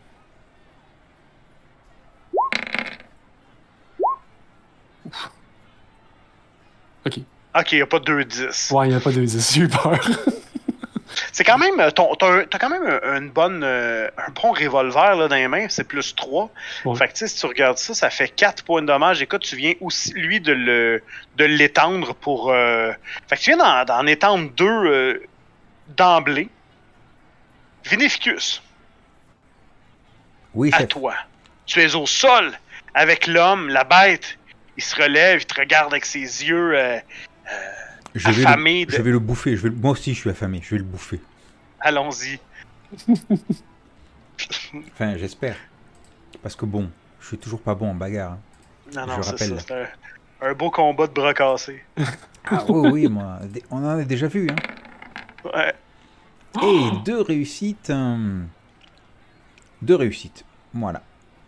Speaker 2: Ouf. Ok.
Speaker 3: Ok, il n'y a pas 2-10.
Speaker 2: Ouais, il n'y a pas de 10. J'ai eu peur.
Speaker 3: C'est quand même. T'as quand même un bon revolver là, dans les mains, c'est +3.
Speaker 2: Ouais.
Speaker 3: Fait que tu sais, si tu regardes ça, ça fait 4 points de dommage. Écoute, tu viens aussi, lui, de l'étendre pour. Fait que tu viens d'en étendre 2 d'emblée. Vinificus,
Speaker 1: Oui,
Speaker 3: à
Speaker 1: chef.
Speaker 3: toi. Tu es au sol avec l'homme, la bête. Il se relève, il te regarde avec ses yeux affamés.
Speaker 1: Je vais le bouffer. Moi aussi, je suis affamé. Je vais le bouffer.
Speaker 3: Allons-y.
Speaker 1: Enfin, j'espère. Parce que bon, je suis toujours pas bon en bagarre.
Speaker 3: Non,
Speaker 1: Je
Speaker 3: c'est
Speaker 1: rappelle.
Speaker 3: ça. C'est un beau combat de bras cassés.
Speaker 1: Ah oui, oui, moi. On en a déjà vu. Hein.
Speaker 3: Ouais.
Speaker 1: Et 2 réussites. 2 réussites. Voilà.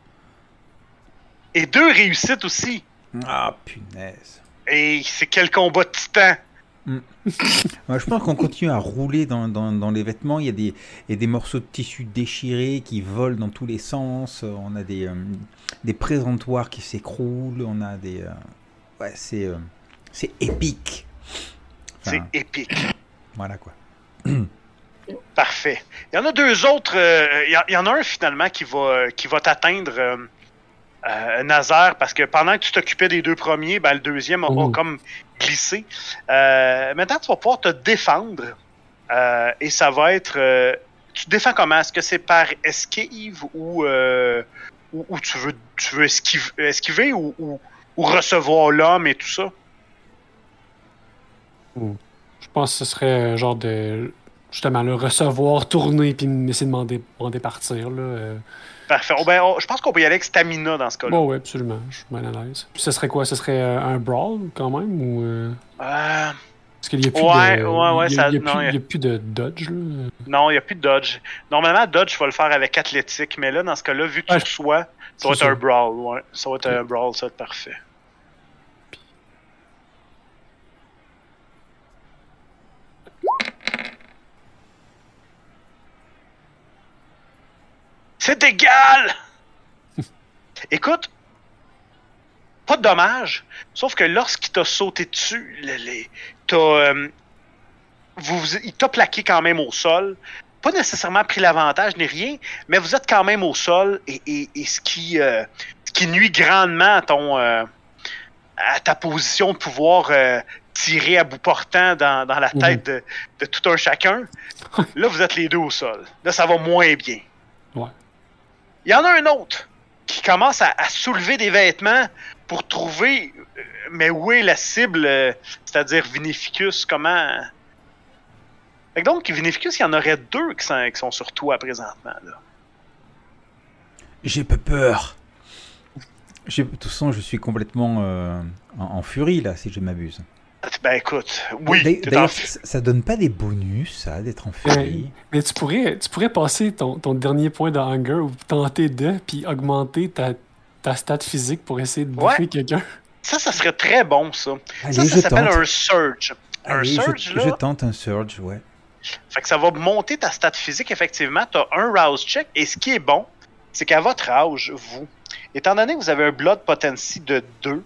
Speaker 3: Et 2 réussites aussi.
Speaker 1: Ah, punaise.
Speaker 3: Et c'est quel combat de titan.
Speaker 1: Ouais, je pense qu'on continue à rouler dans les vêtements. Il y a des morceaux de tissu déchirés qui volent dans tous les sens. On a des présentoirs qui s'écroulent. On a des... Ouais, c'est épique. Enfin,
Speaker 3: C'est épique.
Speaker 1: voilà quoi.
Speaker 3: Parfait. Il y en a 2 autres. Il y en a un finalement qui va t'atteindre, Nazaire, parce que pendant que tu t'occupais des 2 premiers, ben, le deuxième a comme glissé. Maintenant, tu vas pouvoir te défendre. Et ça va être... tu te défends comment? Est-ce que c'est par esquive ou tu veux esquiver ou recevoir l'homme et tout ça?
Speaker 2: Je pense que ce serait genre de... Justement, le recevoir, tourner, puis essayer de m'en départir, là.
Speaker 3: Parfait. Je pense qu'on peut y aller avec stamina dans ce cas-là.
Speaker 2: Bon, oui, absolument. Je suis bien à l'aise. Puis ce serait quoi? Ce serait un brawl, quand même, ou... Parce qu'il n'y a plus il y a plus de dodge, là.
Speaker 3: Non, il n'y a plus de dodge. Normalement, dodge, tu vas le faire avec athlétique, mais là, dans ce cas-là, vu que tu reçois, ça va être un brawl. Ouais. Ça va être un brawl, ça va être parfait. C'est égal! Écoute, pas de dommage, sauf que lorsqu'il t'a sauté dessus, il t'a plaqué quand même au sol. Pas nécessairement pris l'avantage ni rien, mais vous êtes quand même au sol et ce qui nuit grandement à ta position de pouvoir tirer à bout portant dans la tête de tout un chacun. Là, vous êtes les 2 au sol. Là, ça va moins bien.
Speaker 2: Ouais.
Speaker 3: Il y en a un autre qui commence à soulever des vêtements pour trouver, mais où est la cible, c'est-à-dire Vinificus, comment... Fait que donc, Vinificus, il y en aurait 2 qui sont sur toi présentement, là.
Speaker 1: J'ai pas peur. De toute façon, je suis complètement en furie, là, si je m'abuse.
Speaker 3: Ben écoute, oui.
Speaker 1: D'ailleurs, ça donne pas des bonus, ça, d'être en furie.
Speaker 2: Mais tu pourrais passer ton dernier point de hunger ou tenter puis augmenter ta stat physique pour essayer de bouffer quelqu'un.
Speaker 3: Ça serait très bon, ça.
Speaker 1: Allez,
Speaker 3: ça s'appelle un surge.
Speaker 1: Allez,
Speaker 3: un surge, là.
Speaker 1: Je tente un surge, ouais.
Speaker 3: Fait que ça va monter ta stat physique, effectivement. Tu as un rouse check. Et ce qui est bon, c'est qu'à votre âge, vous, étant donné que vous avez un blood potency de 2,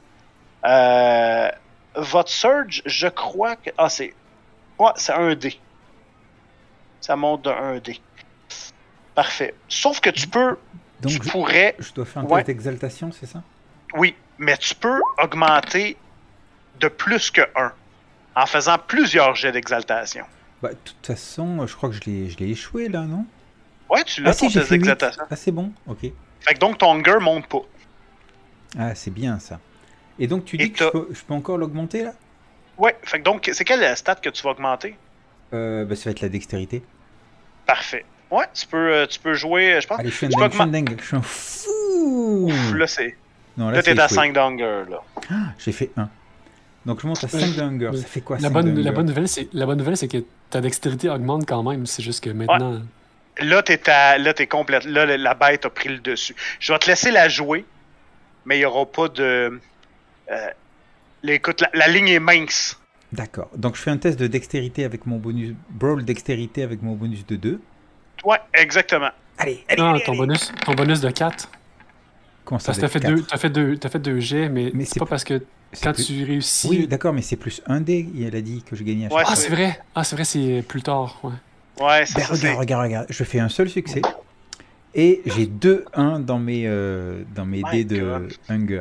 Speaker 3: votre surge, je crois que... Ah, c'est un dé. Ça monte de 1 dé. Parfait. Sauf que tu peux...
Speaker 1: Donc
Speaker 3: tu pourrais...
Speaker 1: Je dois faire un test d'exaltation, c'est ça?
Speaker 3: Oui, mais tu peux augmenter de plus que 1 en faisant plusieurs jets d'exaltation.
Speaker 1: Bah, de toute façon, je crois que je l'ai échoué là, non?
Speaker 3: Ouais, tu l'as,
Speaker 1: si,
Speaker 3: ton
Speaker 1: j'ai
Speaker 3: test
Speaker 1: fait 8.
Speaker 3: d'exaltation.
Speaker 1: Ah, c'est bon, ok.
Speaker 3: Fait que donc ton hunger monte pas.
Speaker 1: Ah, c'est bien ça. Et donc, tu
Speaker 3: Et
Speaker 1: dis que je peux encore l'augmenter là?
Speaker 3: Ouais, fait que donc, c'est quelle stat que tu vas augmenter?
Speaker 1: Bah, ça va être la dextérité.
Speaker 3: Parfait. Ouais, tu peux jouer, je pense.
Speaker 1: Allez, je suis
Speaker 3: Tu peux
Speaker 1: un dingue, je suis un fou.
Speaker 3: Ouf, là, c'est.
Speaker 1: Non,
Speaker 3: Là,
Speaker 1: c'est
Speaker 3: t'es à
Speaker 1: échoué.
Speaker 3: 5 d'hunger, là.
Speaker 1: J'ai fait 1. Donc, je monte à 5 de hunger. Ça fait quoi,
Speaker 2: La
Speaker 1: 5
Speaker 2: bonne,
Speaker 1: de
Speaker 2: la
Speaker 1: hunger?
Speaker 2: bonne nouvelle, c'est que ta dextérité augmente quand même. C'est juste que maintenant.
Speaker 3: Là, t'es complète. Là, la bête a pris le dessus. Je vais te laisser la jouer, mais il n'y aura pas de. Écoute, la ligne est mince.
Speaker 1: D'accord. Donc, je fais un test de dextérité avec mon bonus. Brawl dextérité avec mon bonus de 2.
Speaker 3: Ouais, exactement.
Speaker 1: Allez,
Speaker 2: Ton bonus de 4.
Speaker 1: Comment ça,
Speaker 2: Parce que t'as fait 2 jets, mais
Speaker 1: Mais
Speaker 2: c'est pas parce que quand
Speaker 1: plus...
Speaker 2: tu réussis.
Speaker 1: Oui, d'accord, mais c'est plus 1 dé, elle a dit que je gagnais à chaque
Speaker 3: Ouais,
Speaker 1: fois.
Speaker 2: C'est vrai. C'est vrai, c'est plus tard. Ouais.
Speaker 3: Ouais, c'est
Speaker 1: Ben, regarde. Je fais un seul succès. Et j'ai 2 1 dans mes dés de
Speaker 3: God.
Speaker 1: hunger.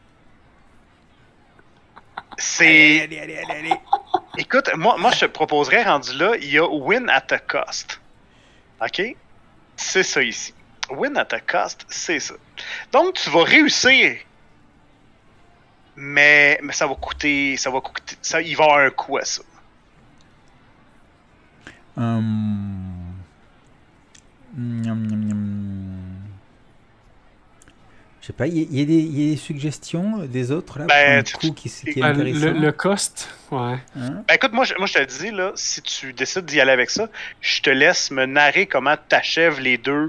Speaker 3: C'est.
Speaker 1: Allez.
Speaker 3: Écoute, moi, je te proposerais, rendu là, il y a win at a cost. OK? C'est ça ici. Win at a cost, c'est ça. Donc, tu vas réussir. Mais ça va coûter. Il va y avoir un coût à ça.
Speaker 1: Je sais pas, il y a des suggestions des autres là
Speaker 3: Ben,
Speaker 1: pour un coup qui est
Speaker 2: Ben,
Speaker 1: intéressant.
Speaker 2: le cost, ouais.
Speaker 1: Hein?
Speaker 3: Ben écoute, moi je te le dis, là, si tu décides d'y aller avec ça, je te laisse me narrer comment t'achèves les deux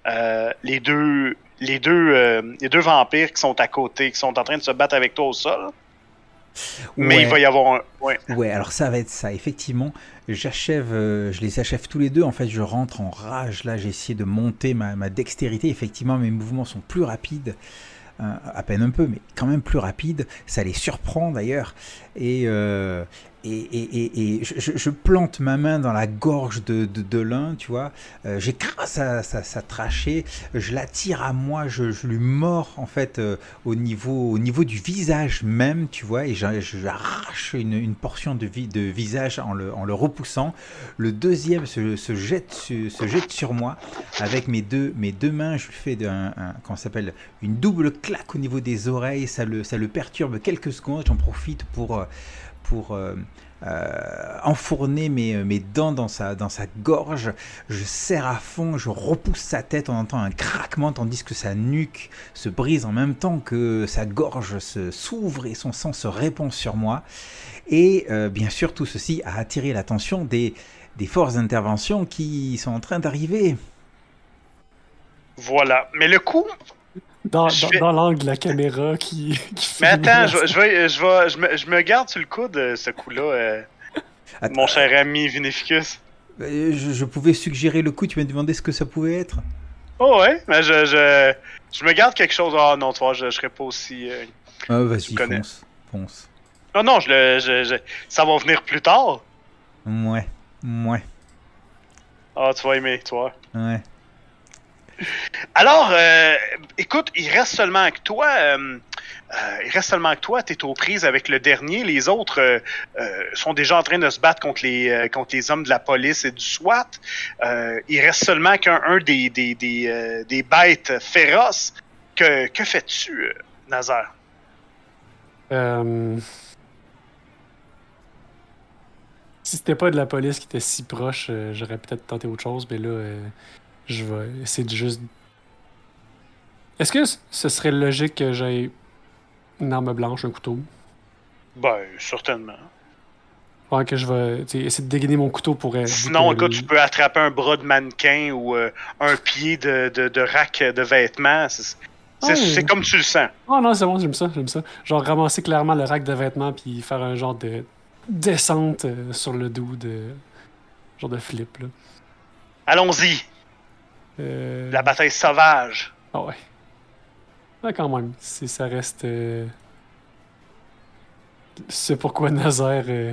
Speaker 3: vampires qui sont à côté, qui sont en train de se battre avec toi au sol. Mais
Speaker 1: Ouais.
Speaker 3: il va y avoir un. Ouais.
Speaker 1: Ouais, alors ça va être ça. Effectivement, je les achève tous les deux. En fait, je rentre en rage. Là, j'ai essayé de monter ma dextérité. Effectivement, mes mouvements sont plus rapides. À peine un peu, mais quand même plus rapides. Ça les surprend d'ailleurs. Et je plante ma main dans la gorge de l'un, tu vois. J'écrase sa trachée. Je l'attire à moi. Je lui mords, en fait, au niveau du visage même, tu vois. Et j'arrache une portion de visage en le repoussant. Le deuxième se jette sur moi. Avec mes deux mains, je lui fais comment ça s'appelle, une double claque au niveau des oreilles. Ça le perturbe quelques secondes. J'en profite pour enfourner mes dents dans sa gorge. Je serre à fond, je repousse sa tête, on entend un craquement tandis que sa nuque se brise en même temps que sa gorge s'ouvre et son sang se répand sur moi. Et bien sûr, tout ceci a attiré l'attention des forces d'intervention qui sont en train d'arriver.
Speaker 3: Voilà. Mais le coup.
Speaker 2: Dans l'angle de la caméra qui
Speaker 3: Mais attends, je me garde sur le coude, ce coup-là, mon cher ami Vinificus.
Speaker 1: Je pouvais suggérer le coup, tu m'as demandé ce que ça pouvait être.
Speaker 3: Oh ouais, mais je me garde quelque chose. Ah non, tu vois, je serais pas aussi.
Speaker 1: Vas-y, fonce.
Speaker 3: Non, ça va venir plus tard.
Speaker 1: Ouais.
Speaker 3: Ah, tu vas aimer, toi.
Speaker 1: Ouais.
Speaker 3: Alors, écoute, il reste seulement que toi. T'es aux prises avec le dernier. Les autres sont déjà en train de se battre contre les hommes de la police et du SWAT. Il reste seulement qu'un des bêtes féroces. Que fais-tu, Nazar?
Speaker 2: Si c'était pas de la police qui était si proche, j'aurais peut-être tenté autre chose, mais là, je vais essayer de juste. Est-ce que ce serait logique que j'aie une arme blanche, un couteau?
Speaker 3: Ben, certainement.
Speaker 2: Ouais, que je vais essayer de dégainer mon couteau pour.
Speaker 3: Sinon, écoute, tu peux attraper un bras de mannequin ou un pied de rack de vêtements. C'est comme tu le sens.
Speaker 2: Oh non, c'est bon, j'aime ça. Genre ramasser clairement le rack de vêtements puis faire un genre de descente sur le dos genre de flip, là.
Speaker 3: Allons-y. La bataille sauvage.
Speaker 2: Ah ouais. Ouais, quand même. Si ça reste. C'est pourquoi Nazaire est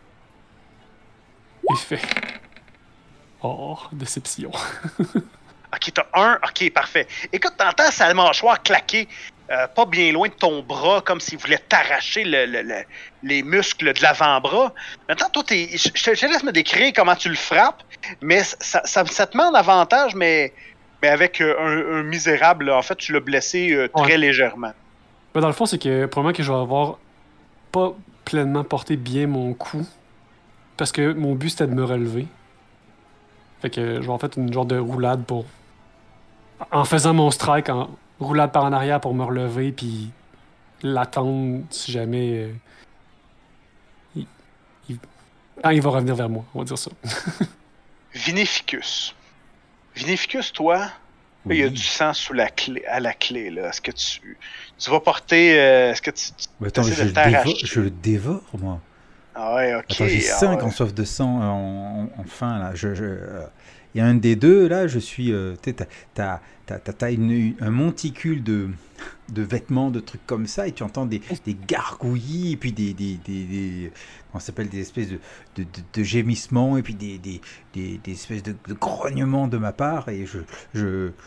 Speaker 2: fait. Oh, déception.
Speaker 3: Ok, t'as un. Ok, parfait. Écoute, t'entends sa mâchoire claquer pas bien loin de ton bras, comme s'il voulait t'arracher les muscles de l'avant-bras. Maintenant, toi, je te laisse me décrire comment tu le frappes, mais ça te met en avantage, mais avec un misérable, là. En fait, tu l'as blessé très légèrement.
Speaker 2: Ben, dans le fond, c'est que probablement que je vais avoir pas pleinement porté bien mon coup, parce que mon but, c'était de me relever. Fait que je vais en fait une genre de roulade pour... En faisant mon strike, en roulade par en arrière pour me relever, puis l'attendre si jamais... Quand il va revenir vers moi, on va dire ça.
Speaker 3: Vinificus. Vinificus, toi,
Speaker 1: Oui.
Speaker 3: il y a du sang à la clé. Là. Est-ce que tu vas porter... Est-ce que tu
Speaker 1: Mais attends,
Speaker 3: essaies de t'arracher?
Speaker 1: je le dévore, moi.
Speaker 3: Ah ouais, ok.
Speaker 1: Attends, j'ai 5 en soif de sang en fin, là. Il y a un des deux, là, je suis... t'as un monticule de vêtements, de trucs comme ça, et tu entends des gargouillis, et puis comment ça s'appelle, des espèces de gémissements, et puis des espèces de grognements de ma part, et je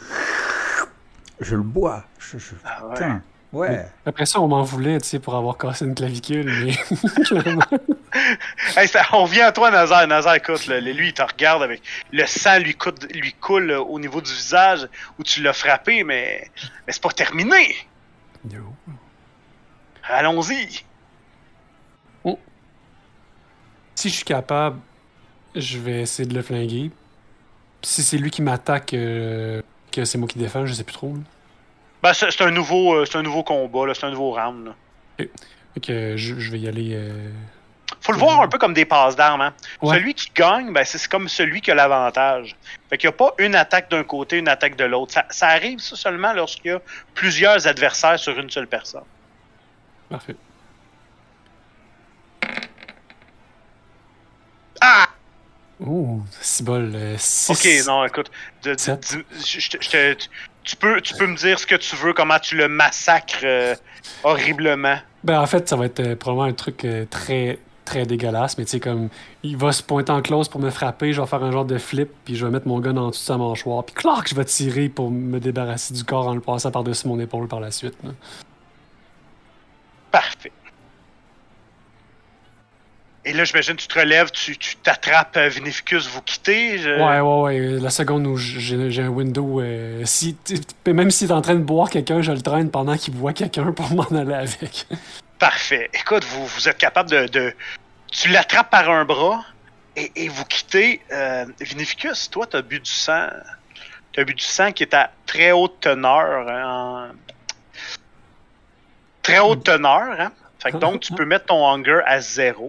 Speaker 1: le bois.
Speaker 3: Ah ouais.
Speaker 1: Putain, ouais.
Speaker 2: Après ça, on m'en voulait, tu sais, pour avoir cassé une clavicule, mais clairement...
Speaker 3: Hey, on revient à toi, Nazar. Nazar, écoute, lui, il te regarde avec le sang lui coule au niveau du visage où tu l'as frappé, mais c'est pas terminé.
Speaker 2: No.
Speaker 3: Allons-y.
Speaker 2: Oh. Si je suis capable, je vais essayer de le flinguer. Si c'est lui qui m'attaque, que c'est moi qui défends, je sais plus trop. Là.
Speaker 3: Ben, c'est un nouveau combat, là, c'est un nouveau round. Là.
Speaker 2: Okay. Fait que je vais y aller...
Speaker 3: Faut le voir un peu comme des passes d'armes. Hein?
Speaker 2: Ouais.
Speaker 3: Celui qui gagne, ben, c'est comme celui qui a l'avantage. Fait qu'il n'y a pas une attaque d'un côté, une attaque de l'autre. Ça arrive ça seulement lorsqu'il y a plusieurs adversaires sur une seule personne.
Speaker 2: Parfait.
Speaker 3: Ah!
Speaker 2: Oh, c'est bol. 6.
Speaker 3: Ok, non, écoute. Tu peux me dire ce que tu veux, comment tu le massacres horriblement.
Speaker 2: Ben, en fait, ça va être probablement un truc très, très dégueulasse, mais tu sais, comme, il va se pointer en close pour me frapper, je vais faire un genre de flip, puis je vais mettre mon gun en dessous de sa mâchoire, puis clac, je vais tirer pour me débarrasser du corps en le passant par-dessus mon épaule par la suite. Là.
Speaker 3: Parfait. Et là, j'imagine, tu te relèves, tu t'attrapes Vinificus, vous quittez.
Speaker 2: Ouais. La seconde où j'ai un window, même s'il est en train de boire quelqu'un, je le traîne pendant qu'il boit quelqu'un pour m'en aller avec.
Speaker 3: Parfait. Écoute, vous êtes capable tu l'attrapes par un bras et vous quittez. Vinificus, toi, t'as bu du sang. T'as bu du sang qui est à très haute teneur. Très haute teneur, hein? Fait que donc, tu peux mettre ton hunger à 0.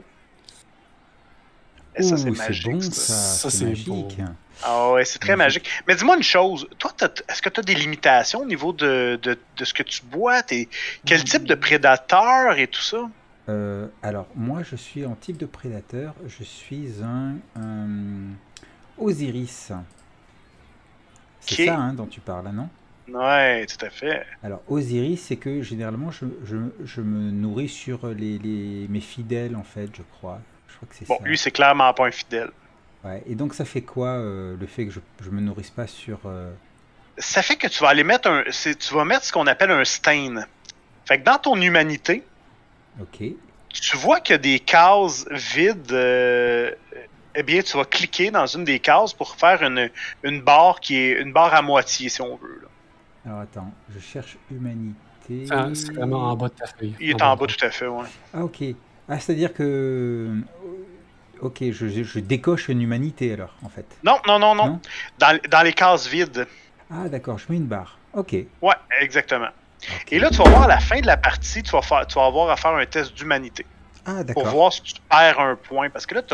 Speaker 3: Et ça, c'est magique.
Speaker 1: Bon,
Speaker 2: Ça,
Speaker 1: c'est
Speaker 2: c'est
Speaker 1: magique.
Speaker 2: beau.
Speaker 3: Ah ouais, c'est très magique. Mais dis-moi une chose. Toi, est-ce que tu as des limitations au niveau de ce que tu bois? Quel type de prédateur et tout ça?
Speaker 1: Alors, moi, je suis en type de prédateur. Je suis un Osiris. C'est
Speaker 3: Ok.
Speaker 1: ça dont tu parles, non?
Speaker 3: Ouais, tout à fait.
Speaker 1: Alors, Osiris, c'est que généralement, je me nourris sur mes fidèles, en fait, je crois. Je crois que c'est
Speaker 3: Bon,
Speaker 1: ça.
Speaker 3: lui, c'est clairement pas infidèle.
Speaker 1: Ouais. Et donc, ça fait quoi, le fait que je me nourrisse pas sur...
Speaker 3: Ça fait que tu vas aller mettre tu vas mettre ce qu'on appelle un stain. Fait que dans ton humanité,
Speaker 1: Ok.
Speaker 3: tu vois qu'il y a des cases vides. Eh bien, tu vas cliquer dans une des cases pour faire une barre qui est une barre à moitié, si on veut. Là.
Speaker 1: Alors, attends. Je cherche humanité...
Speaker 2: C'est vraiment en bas de ta feuille.
Speaker 3: Il est en bas tout à fait, ouais.
Speaker 1: Ah, ok. Ah, c'est-à-dire que... Ok, je décoche une humanité, alors, en fait.
Speaker 3: Non.
Speaker 1: Non?
Speaker 3: Dans les cases vides.
Speaker 1: Ah, d'accord, je mets une barre. Ok.
Speaker 3: Ouais, exactement.
Speaker 1: Ok.
Speaker 3: Et là, tu vas voir à la fin de la partie, tu vas avoir à faire un test d'humanité.
Speaker 1: Ah,
Speaker 3: Pour
Speaker 1: d'accord.
Speaker 3: voir si tu perds un point. Parce que là,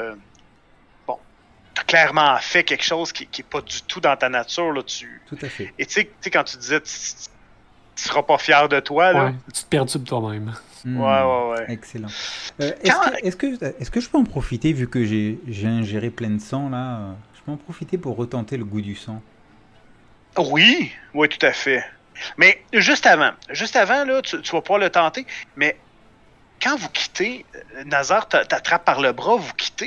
Speaker 3: t'as clairement fait quelque chose qui est pas du tout dans ta nature. Là,
Speaker 1: Tout à fait.
Speaker 3: Et tu sais, quand tu disais tu seras pas fier de toi, là.
Speaker 2: Ouais, tu te perturbes toi-même.
Speaker 3: Ouais.
Speaker 1: Excellent. Est-ce que je peux en profiter, vu que j'ai ingéré plein de sang, là, je peux en profiter pour retenter le goût du sang?
Speaker 3: Oui, tout à fait. Mais juste avant là, tu vas pouvoir le tenter, mais quand vous quittez, Nazar t'attrape par le bras, vous quittez,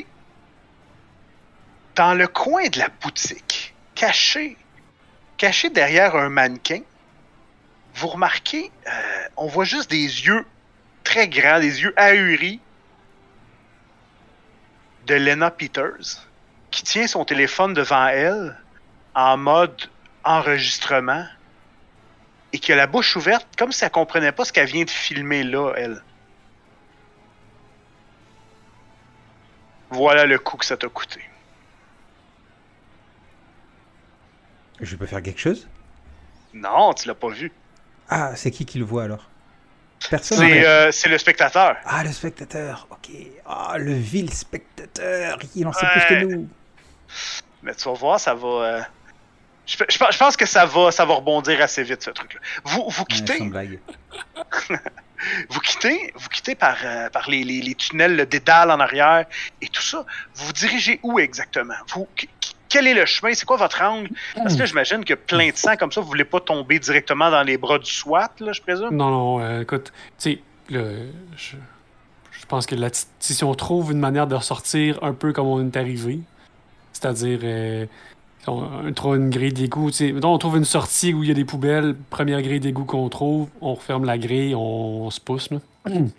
Speaker 3: dans le coin de la boutique, caché derrière un mannequin, vous remarquez, on voit juste des yeux très grands, des yeux ahuris de Lena Peters, qui tient son téléphone devant elle en mode enregistrement et qui a la bouche ouverte comme si elle comprenait pas ce qu'elle vient de filmer là, elle. Voilà le coup que ça t'a coûté.
Speaker 1: Je peux faire quelque chose?
Speaker 3: Non, tu l'as pas vu.
Speaker 1: Ah, c'est qui le voit alors? Personne.
Speaker 3: C'est le spectateur.
Speaker 1: Ah, le spectateur, ok. Ah, le vil spectateur, il en sait plus que nous.
Speaker 3: Mais tu vas voir, ça va... Je pense que ça va rebondir assez vite, ce truc-là. Vous quittez...
Speaker 1: Sans blague.
Speaker 3: Vous quittez par les tunnels, le dédale en arrière et tout ça. Vous vous dirigez où exactement? Quel est le chemin? C'est quoi votre angle? Parce que j'imagine que plein de sang comme ça, vous voulez pas tomber directement dans les bras du SWAT, là, je présume?
Speaker 2: Non, écoute, tu sais, je pense que si on trouve une manière de ressortir un peu comme on est arrivé, c'est-à-dire on trouve une grille d'égout, tu sais, mettons, on trouve une sortie où il y a des poubelles, première grille d'égout qu'on trouve, on referme la grille, on se pousse, là.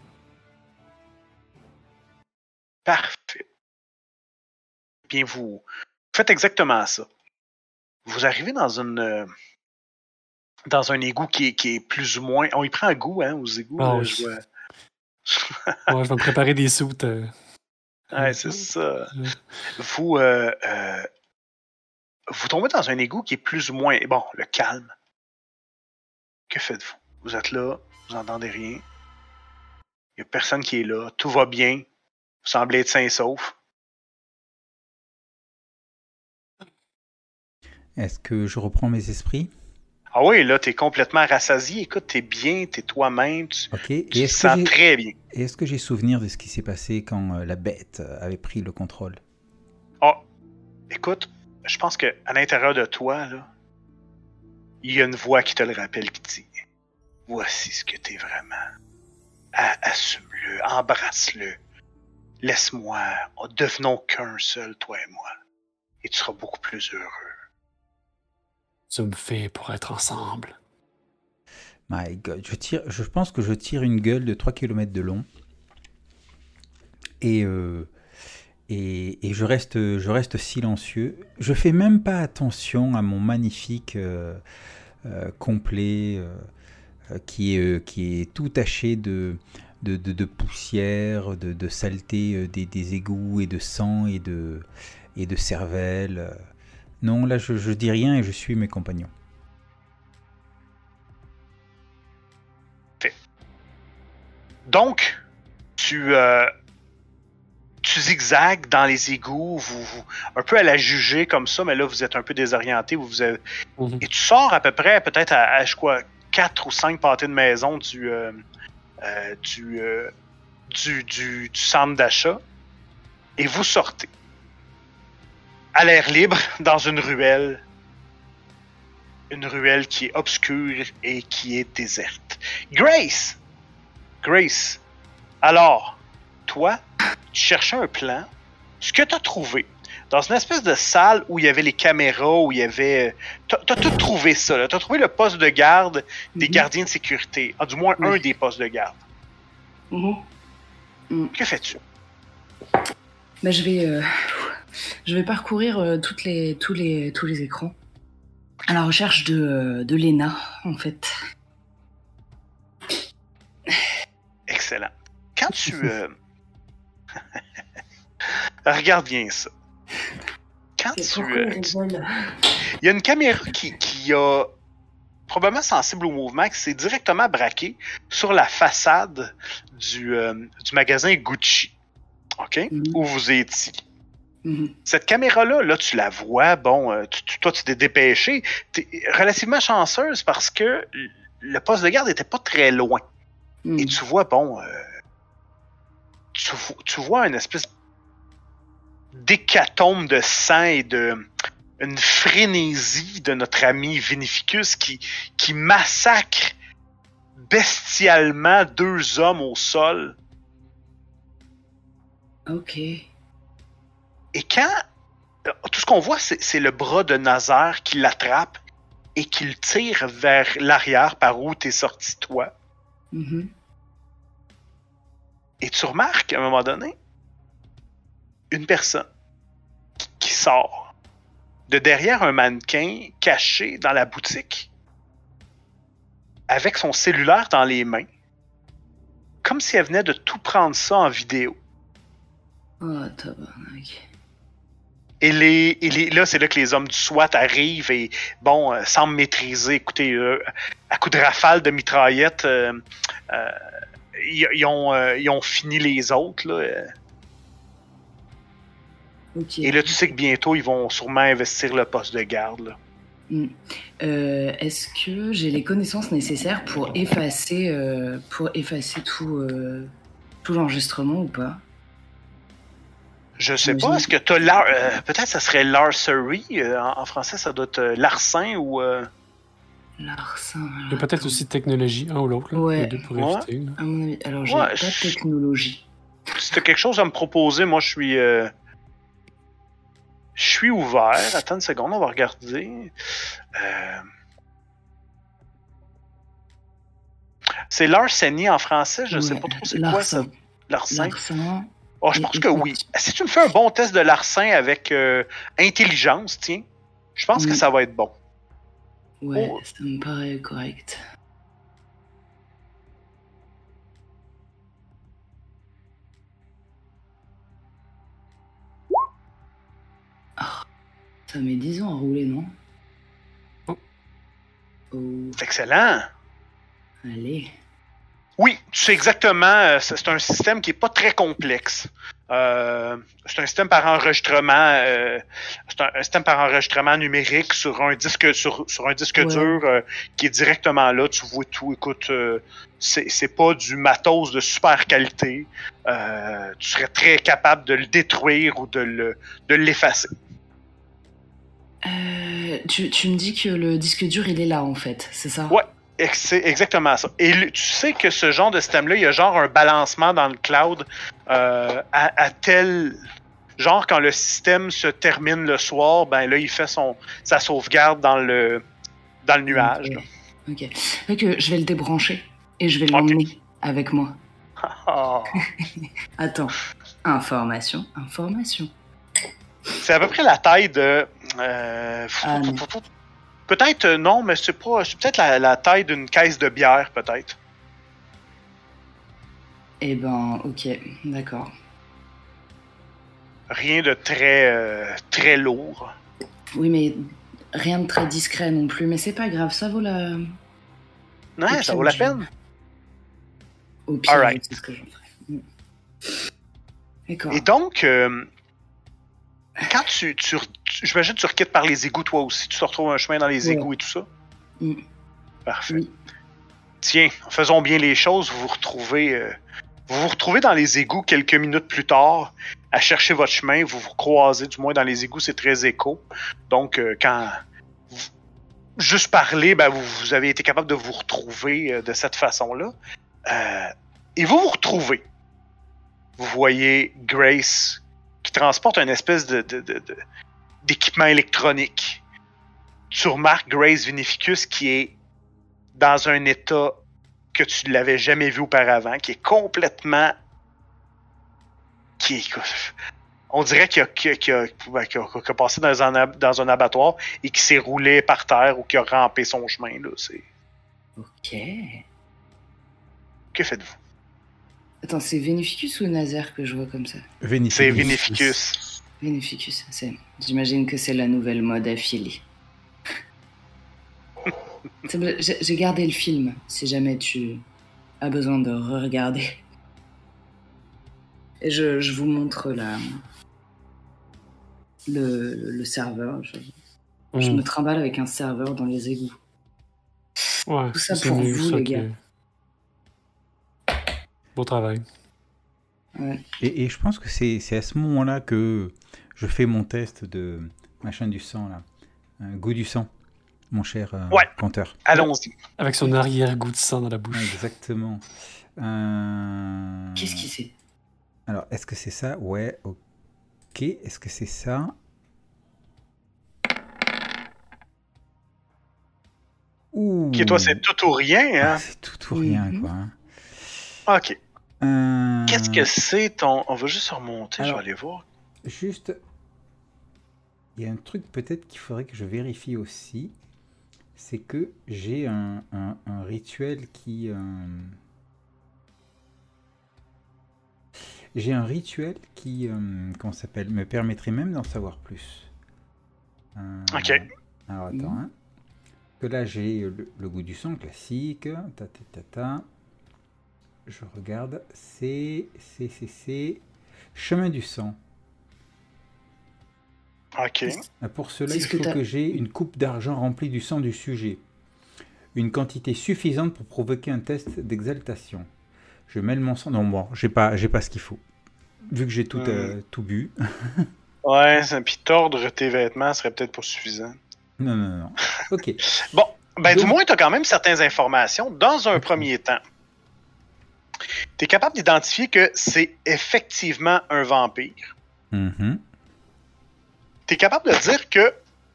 Speaker 3: Parfait. Bien, vous faites exactement ça. Vous arrivez dans un égout qui est plus ou moins... On y prend un goût, hein, aux égouts.
Speaker 2: Oh,
Speaker 3: je vois.
Speaker 2: Ouais, je vais me préparer des soutes.
Speaker 3: Ouais, c'est ça. Vous tombez dans un égout qui est plus ou moins... Bon, le calme. Que faites-vous? Vous êtes là, vous n'entendez rien. Il n'y a personne qui est là. Tout va bien. Vous semblez être sain et sauf.
Speaker 1: Est-ce que je reprends mes esprits?
Speaker 3: Ah oui, là, t'es complètement rassasié. Écoute, t'es bien, t'es toi-même. Tu te sens très bien.
Speaker 1: Et est-ce que j'ai souvenir de ce qui s'est passé quand la bête avait pris le contrôle?
Speaker 3: Oh, écoute, je pense que à l'intérieur de toi, là, il y a une voix qui te le rappelle qui dit « Voici ce que t'es vraiment. Assume-le, embrasse-le. Laisse-moi, devenons qu'un seul, toi et moi. Et tu seras beaucoup plus heureux. »
Speaker 2: Tu me fais pour être ensemble.
Speaker 1: My God, je pense que je tire une gueule de 3 km de long. Et je reste silencieux. Je fais même pas attention à mon magnifique complet qui est tout taché de poussière, de saleté des égouts et de sang et de cervelle. Non, là je dis rien et je suis mes compagnons.
Speaker 3: Donc, tu zigzags dans les égouts, vous un peu à la juger comme ça, mais là vous êtes un peu désorienté. Et tu sors à peu près, peut-être à 4 ou 5 pâtés de maison du centre d'achat, et vous sortez à l'air libre dans une ruelle qui est obscure et qui est déserte. Grace, alors, toi, tu cherchais un plan. Ce que tu as trouvé, dans une espèce de salle où il y avait les caméras, où il y avait... T'as tout trouvé ça, là. T'as trouvé le poste de garde des gardiens de sécurité. Du moins, un des postes de garde. Que fais-tu?
Speaker 4: Ben, je vais parcourir tous les écrans à la recherche de Lena, en fait.
Speaker 3: Excellent. Quand tu... Regarde bien ça. Quand tu... Il y a une caméra qui a probablement sensible au mouvement, qui s'est directement braquée sur la façade du magasin Gucci. OK? Où vous étiez. Cette caméra-là, là, tu la vois, bon, toi, tu t'es dépêché. T'es relativement chanceuse parce que le poste de garde n'était pas très loin. Et tu vois, bon, tu vois une espèce d'hécatombe de sang et une frénésie de notre ami Vinificus qui massacre bestialement 2 hommes au sol.
Speaker 4: Ok.
Speaker 3: Et quand... Tout ce qu'on voit, c'est le bras de Nazaire qui l'attrape et qu'il tire vers l'arrière par où t'es sorti toi.
Speaker 4: Mhm.
Speaker 3: Et tu remarques, à un moment donné, une personne qui sort de derrière un mannequin caché dans la boutique avec son cellulaire dans les mains, comme si elle venait de tout prendre ça en vidéo.
Speaker 4: Oh, tabarnak.
Speaker 3: Et là, c'est là que les hommes du SWAT arrivent et, bon, semblent maîtriser. Écoutez, à coup de rafale de mitraillette, ils ont fini les autres, là.
Speaker 4: Ok.
Speaker 3: Et là, tu sais que bientôt, ils vont sûrement investir le poste de garde, là.
Speaker 4: Est-ce que j'ai les connaissances nécessaires pour effacer tout l'enregistrement ou pas?
Speaker 3: Je sais pas, est-ce que t'as peut-être ça serait larcery, en français ça doit être larcin ou...
Speaker 4: Larcin.
Speaker 2: Il y a peut-être aussi technologie, un ou l'autre, là,
Speaker 4: Ouais.
Speaker 2: les deux pour
Speaker 3: Ouais.
Speaker 2: éviter. Là.
Speaker 4: À mon avis. Alors, j'ai
Speaker 3: Ouais,
Speaker 4: pas de technologie.
Speaker 3: Si t'as quelque chose à me proposer, moi je suis ouvert. Attends une seconde, on va regarder. C'est larceny en français, je sais
Speaker 4: Ouais,
Speaker 3: pas trop c'est quoi ça.
Speaker 4: larcin.
Speaker 3: Larcin.
Speaker 4: Larcin.
Speaker 3: Oh, je pense que oui. Si tu me fais un bon test de larcin avec intelligence, tiens, je pense que ça va être bon.
Speaker 4: Ouais,
Speaker 3: Oh.
Speaker 4: ça me paraît correct. Oh, ça met 10 ans à rouler, non? Oh,
Speaker 3: C'est excellent.
Speaker 4: allez.
Speaker 3: Oui, tu sais exactement. C'est un système qui est pas très complexe. C'est un système par enregistrement. C'est un système par enregistrement numérique sur un disque sur un disque
Speaker 4: Ouais.
Speaker 3: dur qui est directement là. Tu vois tout. Écoute, c'est pas du matos de super qualité. Tu serais très capable de le détruire ou de l'effacer.
Speaker 4: Tu me dis que le disque dur, il est là, en fait, c'est ça?
Speaker 3: Ouais. C'est exactement ça. Et tu sais que ce genre de système-là, il y a genre un balancement dans le cloud à tel... Genre, quand le système se termine le soir, ben là, il fait sa sauvegarde dans le nuage.
Speaker 4: Ok. Fait que je vais le débrancher et je vais l'emmener avec moi.
Speaker 3: Oh.
Speaker 4: Attends. Information.
Speaker 3: C'est à peu près la taille de...
Speaker 4: non.
Speaker 3: Peut-être non, mais c'est peut-être la taille d'une caisse de bière, peut-être.
Speaker 4: Eh ben, ok, d'accord.
Speaker 3: Rien de très lourd.
Speaker 4: Oui, mais rien de très discret non plus. Mais c'est pas grave, ça vaut la...
Speaker 3: Ouais, ça vaut la peine.
Speaker 4: Au pire,
Speaker 3: Alright.
Speaker 4: c'est ce que j'en ferai. D'accord.
Speaker 3: Et donc, quand j'imagine que tu requittes par les égouts, toi aussi. Tu te retrouves un chemin dans les égouts et tout ça? Parfait.
Speaker 4: Oui.
Speaker 3: Tiens, faisons bien les choses. Vous vous retrouvez dans les égouts quelques minutes plus tard à chercher votre chemin. Vous vous croisez, du moins dans les égouts, c'est très écho. Donc, quand juste parler, ben, vous avez été capable de vous retrouver de cette façon-là. Et vous retrouvez. Vous voyez Grace qui transporte une espèce d'équipement électronique. Tu remarques Grace Vinificus qui est dans un état que tu ne l'avais jamais vu auparavant, qui est complètement... On dirait qu'il a passé dans un abattoir et qui s'est roulé par terre ou qui a rampé son chemin. Là.
Speaker 4: Ok.
Speaker 3: Que faites-vous?
Speaker 4: Attends, c'est Vinificus ou Nazaire que je vois comme ça?
Speaker 3: C'est Vinificus.
Speaker 4: Vinificus, j'imagine que c'est la nouvelle mode affiliée. J'ai gardé le film, si jamais tu as besoin de re-regarder. Et je vous montre le serveur. Je me trimballe avec un serveur dans les égouts.
Speaker 2: Ouais,
Speaker 4: tout ça pour vous, les gars.
Speaker 2: Beau travail.
Speaker 4: Ouais.
Speaker 1: Et je pense que c'est à ce moment-là que je fais mon test de machin du sang, là. Un goût du sang, mon cher compteur.
Speaker 3: Allons-y.
Speaker 2: Avec son arrière-goût de sang dans la bouche.
Speaker 1: Ouais, exactement.
Speaker 4: Qu'est-ce qui c'est?
Speaker 1: Alors, est-ce que c'est ça? Ouais, ok. Est-ce que c'est ça? Ouh.
Speaker 3: Qui, toi, c'est tout ou rien, hein?
Speaker 1: C'est tout ou rien,
Speaker 4: Mhm.
Speaker 1: quoi. Hein.
Speaker 3: Ok. Qu'est-ce que c'est ton... On va juste remonter,
Speaker 1: Alors,
Speaker 3: je vais aller voir.
Speaker 1: Juste, il y a un truc peut-être qu'il faudrait que je vérifie aussi, c'est que j'ai un rituel qui... J'ai un rituel qui, comment ça s'appelle, me permettrait même d'en savoir plus.
Speaker 3: Ok.
Speaker 1: Alors attends, hein. Que là j'ai le goût du sang classique. Ta. Je regarde. C'est chemin du sang.
Speaker 3: Ok.
Speaker 1: Pour cela,
Speaker 4: C'est
Speaker 1: il
Speaker 4: ce que
Speaker 1: faut
Speaker 4: t'as-
Speaker 1: que j'ai une coupe d'argent remplie du sang du sujet. Une quantité suffisante pour provoquer un test d'exaltation. Je mêle mon sang. Non, bon, j'ai pas ce qu'il faut. Vu que j'ai tout bu.
Speaker 3: Ouais, puis tordre tes vêtements serait peut-être pas suffisant.
Speaker 1: Non. Ok.
Speaker 3: Bon, ben
Speaker 1: Donc-
Speaker 3: du moins, tu as quand même certaines informations. Dans un
Speaker 1: Ok.
Speaker 3: premier temps, tu es capable d'identifier que c'est effectivement un vampire.
Speaker 1: Mhm.
Speaker 3: Tu es capable de dire que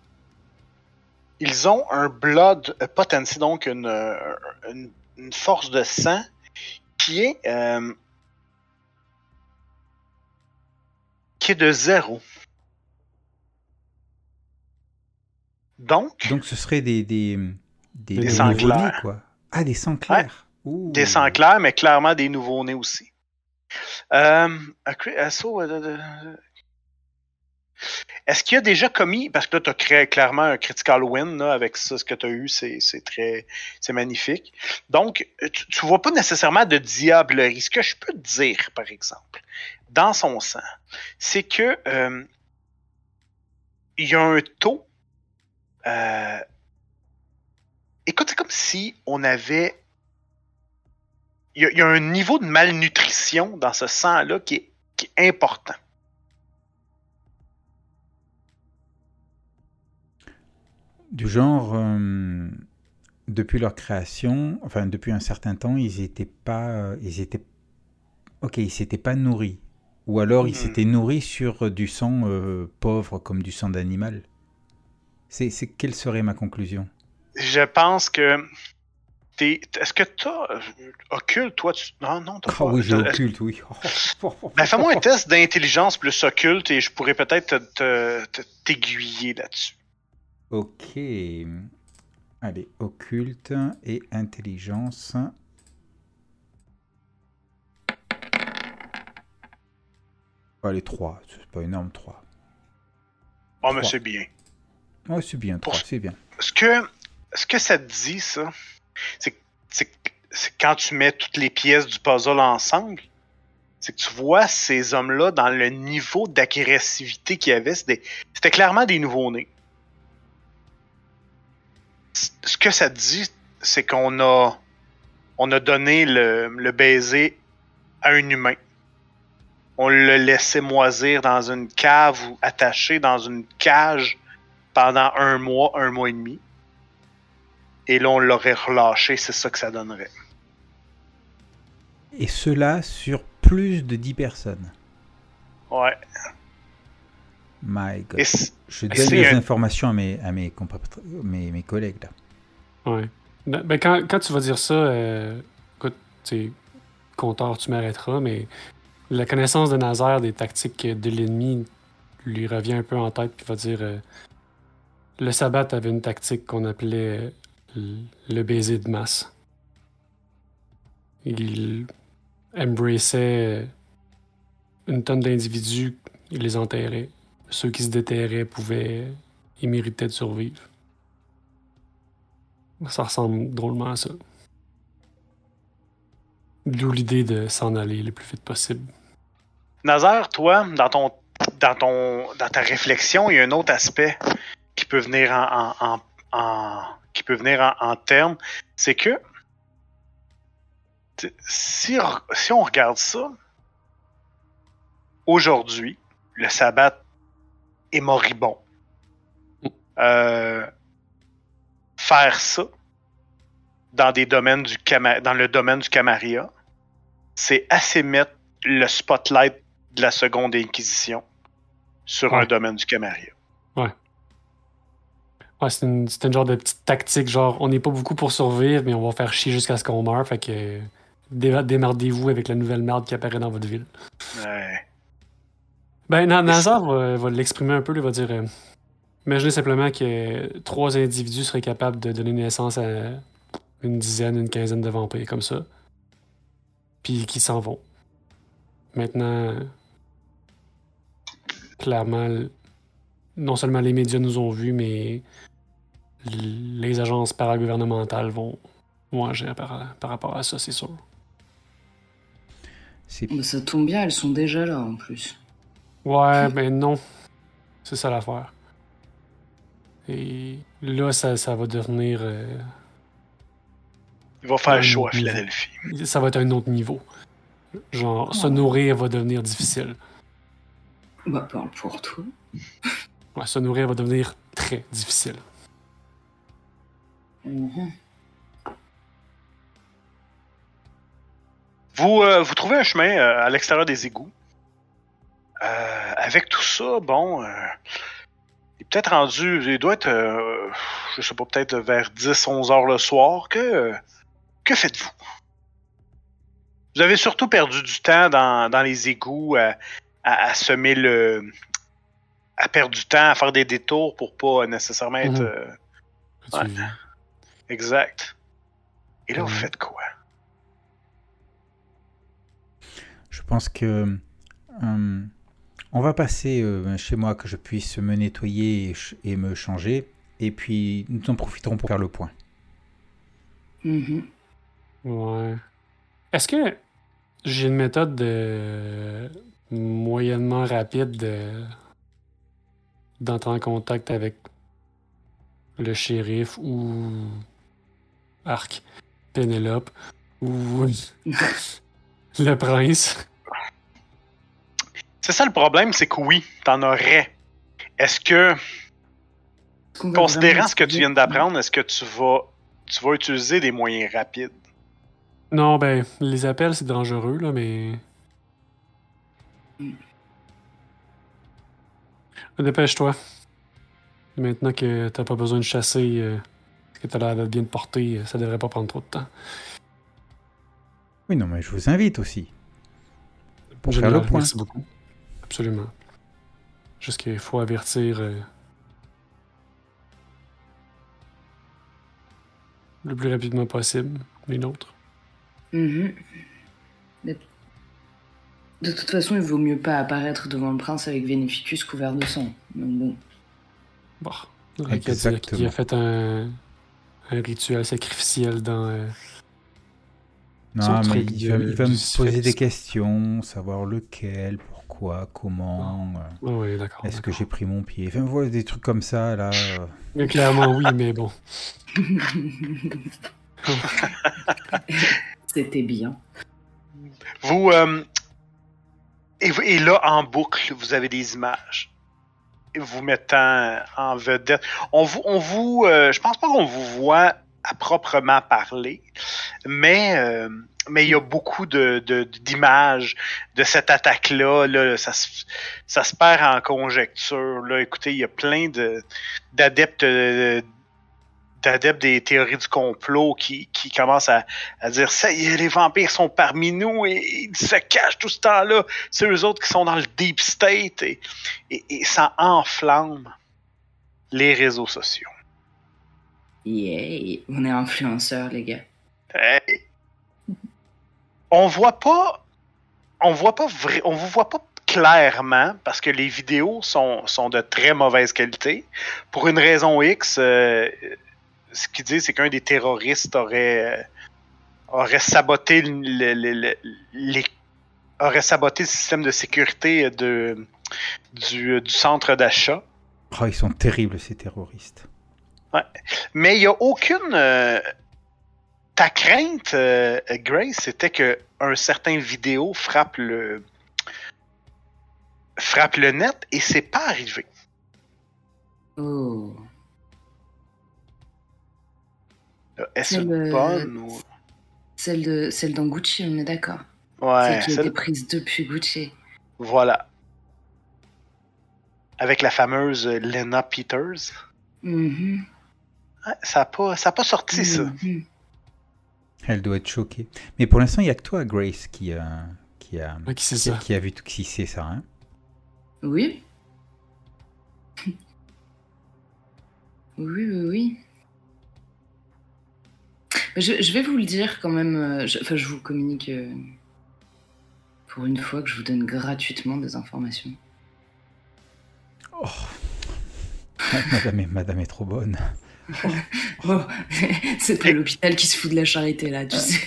Speaker 3: ils ont un blood potency, donc une force de sang qui est de 0. Donc,
Speaker 1: Donc ce serait des
Speaker 3: sangs
Speaker 1: nouveau-nés,
Speaker 3: clairs.
Speaker 1: quoi. Ah, des sangs clairs. Ouh.
Speaker 3: des sangs clairs, mais clairement des nouveaux-nés aussi. Est-ce qu'il a déjà commis, parce que là, tu as créé clairement un critical win là, avec ça, ce que tu as eu, c'est magnifique. Donc, tu vois pas nécessairement de diablerie. Ce que je peux te dire, par exemple, dans son sang, c'est que il y a un taux. Écoute, c'est comme si on avait. Il y a un niveau de malnutrition dans ce sang-là qui est important.
Speaker 1: Du genre, depuis leur création, enfin depuis un certain temps, ils s'étaient pas nourris. Ou alors ils s'étaient nourris sur du sang pauvre comme du sang d'animal. Quelle serait ma conclusion?
Speaker 3: Je pense que est-ce que t'as occulte, toi? Non, t'as
Speaker 1: Ah
Speaker 3: pas.
Speaker 1: oui, j'ai occulte, oui.
Speaker 3: Ben, fais-moi un test d'intelligence plus occulte et je pourrais peut-être t'aiguiller là-dessus.
Speaker 1: Ok. Allez, occulte et intelligence. Allez, 3. C'est pas énorme, 3.
Speaker 3: Oh, mais
Speaker 1: 3.
Speaker 3: c'est bien.
Speaker 1: Ouais, c'est bien, 3, c'est bien.
Speaker 3: Ce que ça te dit, ça, c'est quand tu mets toutes les pièces du puzzle ensemble, c'est que tu vois ces hommes-là dans le niveau d'agressivité qu'il y avait. C'était clairement des nouveaux-nés. Ce que ça te dit, c'est qu'on a donné le baiser à un humain. On le laissait moisir dans une cave ou attaché dans une cage pendant un mois et demi. Et là, on l'aurait relâché, c'est ça que ça donnerait.
Speaker 1: Et cela sur plus de 10 personnes.
Speaker 3: Ouais.
Speaker 1: My God.
Speaker 3: Et
Speaker 1: Je donne les informations à mes collègues, là.
Speaker 2: Ouais. Ben, quand tu vas dire ça, écoute, compteur, tu m'arrêteras, mais la connaissance de Nazaire des tactiques de l'ennemi lui revient un peu en tête, puis va dire le sabbat avait une tactique qu'on appelait le baiser de masse. Il embrassait une tonne d'individus, il les enterrait. Ceux qui se déterraient ils méritaient de survivre. Ça ressemble drôlement à ça. D'où l'idée de s'en aller le plus vite possible.
Speaker 3: Nazaire, toi, dans ta réflexion, il y a un autre aspect qui peut venir en termes, c'est que si on regarde ça, aujourd'hui, le sabbat est moribond. Faire ça dans le domaine du Camarilla, c'est assez mettre le spotlight de la seconde Inquisition sur un domaine du Camarilla.
Speaker 2: Ouais, Ouais, c'est une genre de petite tactique, genre on n'est pas beaucoup pour survivre, mais on va faire chier jusqu'à ce qu'on meure, fait que démerdez-vous avec la nouvelle merde qui apparaît dans votre ville.
Speaker 3: Ouais.
Speaker 2: Ben, Nazar va l'exprimer un peu, il va dire imaginez simplement que 3 individus seraient capables de donner naissance à une dizaine, une quinzaine de vampires comme ça, puis qui s'en vont. Maintenant, clairement, non seulement les médias nous ont vus, mais les agences paragouvernementales vont agir par rapport à ça, c'est sûr.
Speaker 4: Bah, ça tombe bien, elles sont déjà là en plus.
Speaker 2: Ouais, ben non. C'est ça l'affaire. Et là, ça va devenir...
Speaker 3: Il va faire chaud à Philadelphie.
Speaker 2: Ça va être un autre niveau. Genre, se nourrir va devenir difficile.
Speaker 4: Bah, parle pour toi.
Speaker 2: Ouais, se nourrir va devenir très difficile.
Speaker 4: Mhm.
Speaker 3: Vous trouvez un chemin à l'extérieur des égouts. Avec tout ça, bon, il est peut-être rendu, il doit être, je sais pas, peut-être vers 10-11 heures le soir. Que faites-vous? Vous avez surtout perdu du temps dans les égouts à semer à perdre du temps, à faire des détours pour pas nécessairement être... ouais. Exact. Et là, vous faites quoi?
Speaker 1: Je pense que on va passer chez moi, que je puisse me nettoyer et me changer, et puis nous en profiterons pour faire le point.
Speaker 4: Mhm.
Speaker 2: Ouais. Est-ce que j'ai une méthode moyennement rapide d'entrer en contact avec le shérif ou Pénélope ou le prince?
Speaker 3: C'est ça le problème, c'est que oui, t'en aurais. Est-ce que, considérant ce que tu viens d'apprendre, est-ce que tu vas utiliser des moyens rapides?
Speaker 2: Non, ben, les appels, c'est dangereux, là, mais... Dépêche-toi. Maintenant que t'as pas besoin de chasser, que t'as l'air d'être bien porté, ça devrait pas prendre trop de temps.
Speaker 1: Oui, non, mais je vous invite aussi. Pour
Speaker 2: Génial,
Speaker 1: faire le point.
Speaker 2: merci beaucoup. Absolument. Juste qu'il faut avertir le plus rapidement possible les nôtres.
Speaker 4: Mhm. De toute façon, il vaut mieux pas apparaître devant le prince avec Vénéficus couvert de sang. Donc bon.
Speaker 2: Bon,
Speaker 1: Exactement.
Speaker 2: qui a fait un rituel sacrificiel dans son
Speaker 1: Non, mais
Speaker 2: truc
Speaker 1: il va me poser
Speaker 2: Sisyphe.
Speaker 1: des questions, savoir lequel, pourquoi, comment.
Speaker 2: Oui, d'accord.
Speaker 1: Est-ce que j'ai pris mon pied? Enfin, voilà, des trucs comme ça, là.
Speaker 2: Mais clairement, oui, mais bon.
Speaker 4: C'était bien.
Speaker 3: Vous, et là, en boucle, vous avez des images. Vous mettant en vedette. Je pense pas qu'on vous voit à proprement parler, mais il y a beaucoup d'images de cette attaque-là. Là, ça se perd en conjecture. Là, écoutez, il y a plein d'adeptes des théories du complot qui commencent à dire ça y est, les vampires sont parmi nous et ils se cachent tout ce temps-là. C'est eux autres qui sont dans le deep state et ça enflamme les réseaux sociaux.
Speaker 4: Yeah, on est influenceurs, les gars.
Speaker 3: Hey. On vous voit pas clairement parce que les vidéos sont de très mauvaise qualité. Pour une raison X, ce qu'il dit, c'est qu'un des terroristes aurait saboté aurait saboté le système de sécurité du centre d'achat.
Speaker 1: Oh, ils sont terribles, ces terroristes.
Speaker 3: Ouais. Mais il n'y a aucune... ta crainte, Grace, c'était qu'un certain vidéo frappe le net et c'est pas arrivé.
Speaker 4: Oh.
Speaker 3: Est-ce bonne ou...
Speaker 4: Celle dans Gucci, on est d'accord.
Speaker 3: Ouais,
Speaker 4: celle qui a été prise depuis Gucci.
Speaker 3: Voilà. Avec la fameuse Lena Peters.
Speaker 4: Mhm.
Speaker 3: Ouais, ça a pas sorti, ça.
Speaker 4: Mhm.
Speaker 1: Elle doit être choquée. Mais pour l'instant, il n'y a que toi, Grace,
Speaker 2: Ouais, qui c'est ça?
Speaker 1: qui a vu tout qui sait ça. Hein.
Speaker 4: Oui. Oui. Mais je vais vous le dire quand même. Je vous communique pour une fois que je vous donne gratuitement des informations.
Speaker 1: Oh. Madame est trop bonne.
Speaker 4: Oh, c'est pas l'hôpital qui se fout de la charité là, tu sais.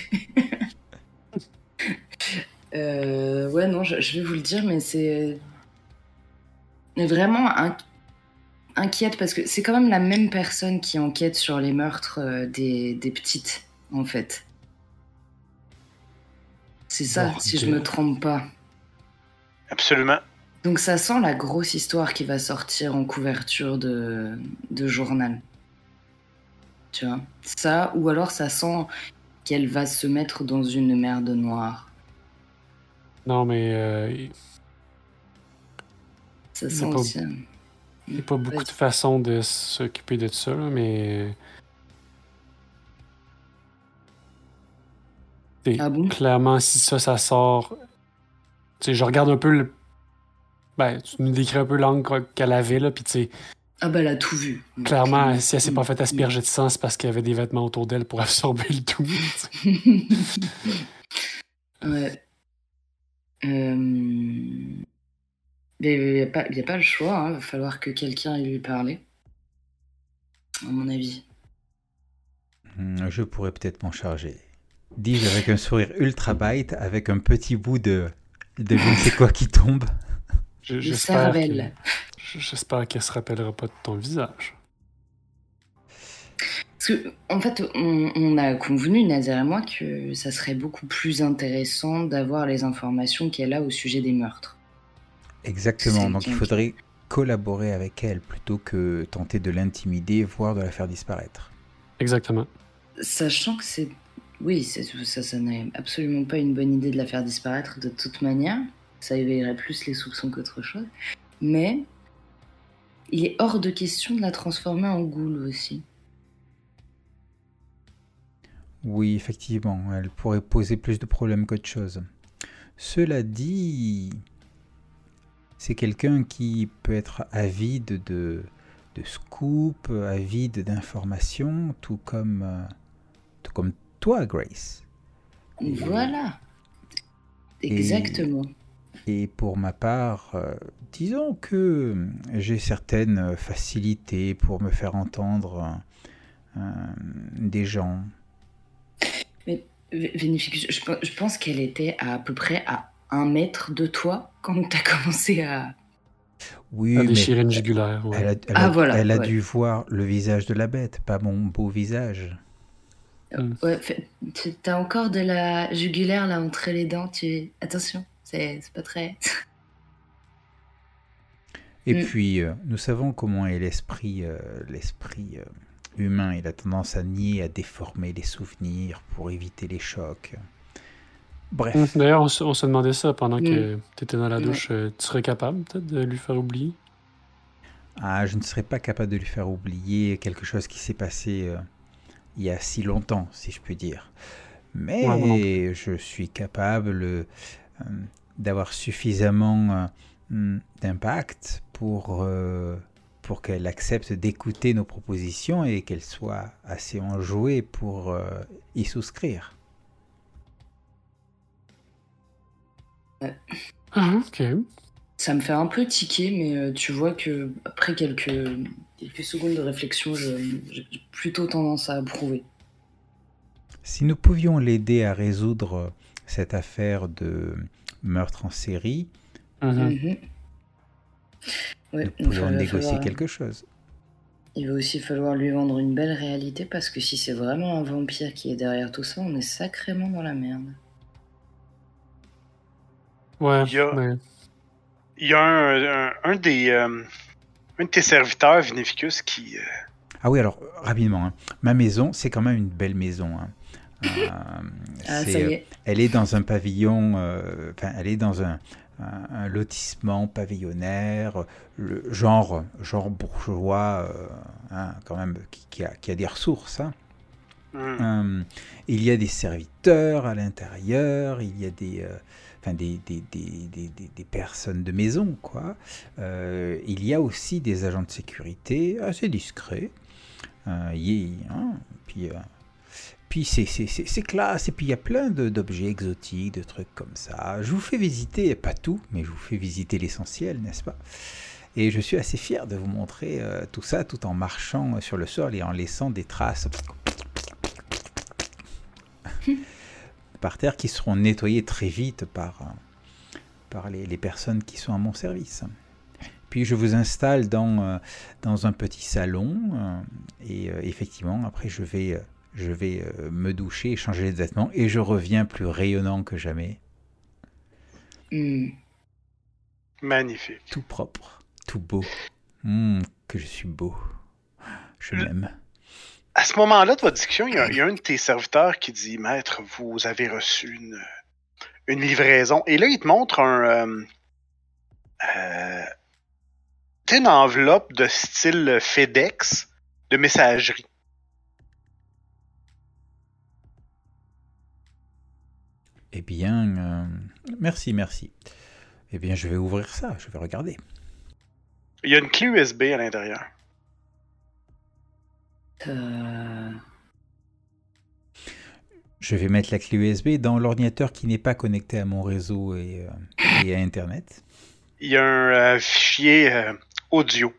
Speaker 4: Ouais, non, je vais vous le dire, mais c'est vraiment inquiète parce que c'est quand même la même personne qui enquête sur les meurtres des petites, en fait. C'est ça, si je me trompe pas.
Speaker 3: Absolument.
Speaker 4: Donc ça sent la grosse histoire qui va sortir en couverture de journal. Tu vois, ça, ou alors ça sent qu'elle va se mettre dans une merde noire.
Speaker 2: Non, mais
Speaker 4: Ça
Speaker 2: Il y
Speaker 4: sent
Speaker 2: a pas-
Speaker 4: aussi.
Speaker 2: il n'y a pas beaucoup de façons de s'occuper de ça, là, mais
Speaker 4: Ah bon?
Speaker 2: clairement, si ça sort. Tu sais, je regarde un peu le. Ben, tu nous décris un peu l'angle qu'elle avait, là, puis tu sais,
Speaker 4: Ah bah elle a tout vu.
Speaker 2: clairement, si elle s'est pas fait asperger de sang, c'est parce qu'il y avait des vêtements autour d'elle pour absorber le tout. tu sais.
Speaker 4: Ouais. Mais il n'y a pas le choix, hein. Il va falloir que quelqu'un aille lui parler. À mon avis.
Speaker 1: Je pourrais peut-être m'en charger. Dis-je avec un sourire ultra bite, avec un petit bout de je ne sais quoi qui tombe.
Speaker 2: J'espère
Speaker 4: cervelle.
Speaker 2: J'espère qu'elle se rappellera pas de ton visage.
Speaker 4: Parce que, en fait, on a convenu, Nazaire et moi, que ça serait beaucoup plus intéressant d'avoir les informations qu'elle a au sujet des meurtres.
Speaker 1: Exactement,
Speaker 4: C'est
Speaker 1: donc il
Speaker 4: bien.
Speaker 1: faudrait collaborer avec elle plutôt que tenter de l'intimider, voire de la faire disparaître.
Speaker 2: Exactement.
Speaker 4: Sachant que c'est... Oui, ça n'est absolument pas une bonne idée de la faire disparaître de toute manière. Ça éveillerait plus les soupçons qu'autre chose. Mais il est hors de question de la transformer en ghoul aussi.
Speaker 1: Oui, effectivement, elle pourrait poser plus de problèmes qu'autre chose. Cela dit, c'est quelqu'un qui peut être avide de scoop, avide d'informations, tout comme toi, Grace.
Speaker 4: Voilà.
Speaker 1: Et-
Speaker 4: Exactement.
Speaker 1: Et pour ma part, disons que j'ai certaines facilités pour me faire entendre des gens.
Speaker 4: Vénificus, je pense qu'elle était à peu près à 1 mètre de toi quand t'as commencé à...
Speaker 1: Oui,
Speaker 2: À
Speaker 1: mais
Speaker 2: déchirer une jugulaire, ouais.
Speaker 4: Voilà,
Speaker 1: elle a
Speaker 4: ouais.
Speaker 1: dû voir le visage de la bête, pas mon beau visage.
Speaker 4: Ouais, t'as encore de la jugulaire là entre les dents, attention, c'est pas très...
Speaker 1: Et
Speaker 4: Mm.
Speaker 1: puis, nous savons comment est l'esprit humain. Il a tendance à nier, à déformer les souvenirs pour éviter les chocs. Bref,
Speaker 2: D'ailleurs, on se demandait ça pendant que tu étais dans la
Speaker 4: Ouais.
Speaker 2: douche. Tu serais capable, peut-être, de lui faire oublier?
Speaker 1: je ne serais pas capable de lui faire oublier quelque chose qui s'est passé il y a si longtemps, si je puis dire. Mais
Speaker 2: Ouais, moi non plus.
Speaker 1: je suis capable d'avoir suffisamment d'impact pour qu'elle accepte d'écouter nos propositions et qu'elle soit assez enjouée pour y souscrire.
Speaker 2: Ah, ok.
Speaker 4: Ça me fait un peu tiquer, mais tu vois que après quelques secondes de réflexion, j'ai plutôt tendance à approuver.
Speaker 1: Si nous pouvions l'aider à résoudre cette affaire de meurtre en série,
Speaker 2: Mhm.
Speaker 4: Mhm. Ouais,
Speaker 1: nous
Speaker 4: donc il
Speaker 1: pourrions
Speaker 4: va
Speaker 1: négocier
Speaker 4: falloir-
Speaker 1: quelque chose.
Speaker 4: Il va aussi falloir lui vendre une belle réalité parce que si c'est vraiment un vampire qui est derrière tout ça, on est sacrément dans la merde.
Speaker 2: Ouais,
Speaker 3: Il y a-
Speaker 2: mais
Speaker 3: Il y a un de tes serviteurs, Vinificus, qui...
Speaker 1: Ah oui, alors, rapidement, hein. Ma maison, c'est quand même une belle maison. Hein.
Speaker 4: Ah,
Speaker 1: C'est,
Speaker 4: ça y est.
Speaker 1: elle est dans un pavillon, elle est dans un un lotissement pavillonnaire, le genre bourgeois, quand même, qui a des ressources. Hein. Il y a des serviteurs à l'intérieur, il y a des personnes de maison, quoi. Il y a aussi des agents de sécurité assez discrets. Puis c'est classe, et puis il y a plein d'objets exotiques, de trucs comme ça. Je vous fais visiter, pas tout, mais je vous fais visiter l'essentiel, n'est-ce pas? Et je suis assez fier de vous montrer tout ça, tout en marchant sur le sol et en laissant des traces par terre qui seront nettoyées très vite par les personnes qui sont à mon service. Puis je vous installe dans un petit salon et effectivement, après je vais me doucher, changer de vêtements et je reviens plus rayonnant que jamais.
Speaker 3: Magnifique.
Speaker 1: Tout propre, tout beau. Que je suis beau. Je m'aime.
Speaker 3: À ce moment-là de votre discussion, il y a un de tes serviteurs qui dit « Maître, vous avez reçu une livraison. » Et là, il te montre une enveloppe de style FedEx de messagerie.
Speaker 1: Eh bien, merci. Eh bien, je vais ouvrir ça, je vais regarder.
Speaker 3: Il y a une clé USB à l'intérieur.
Speaker 1: Je vais mettre la clé USB dans l'ordinateur qui n'est pas connecté à mon réseau et à Internet.
Speaker 3: Il y a un fichier audio.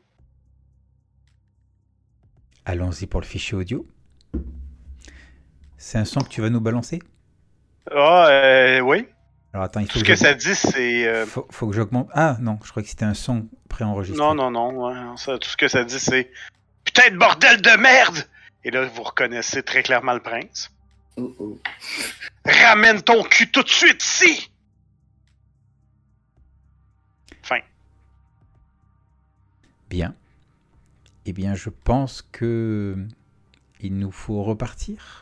Speaker 1: Allons-y pour le fichier audio. C'est un son que tu vas nous balancer?
Speaker 3: Oui.
Speaker 1: Alors attends, il faut
Speaker 3: Tout ce que ça dit, c'est...
Speaker 1: Faut que j'augmente... Ah non, je crois que c'était un son préenregistré.
Speaker 3: Non. Tout ce que ça dit, c'est... Putain de bordel de merde! Et là, vous reconnaissez très clairement le prince. Ramène ton cul tout de suite ici! Fin.
Speaker 1: Bien. Eh bien, je pense que il nous faut repartir.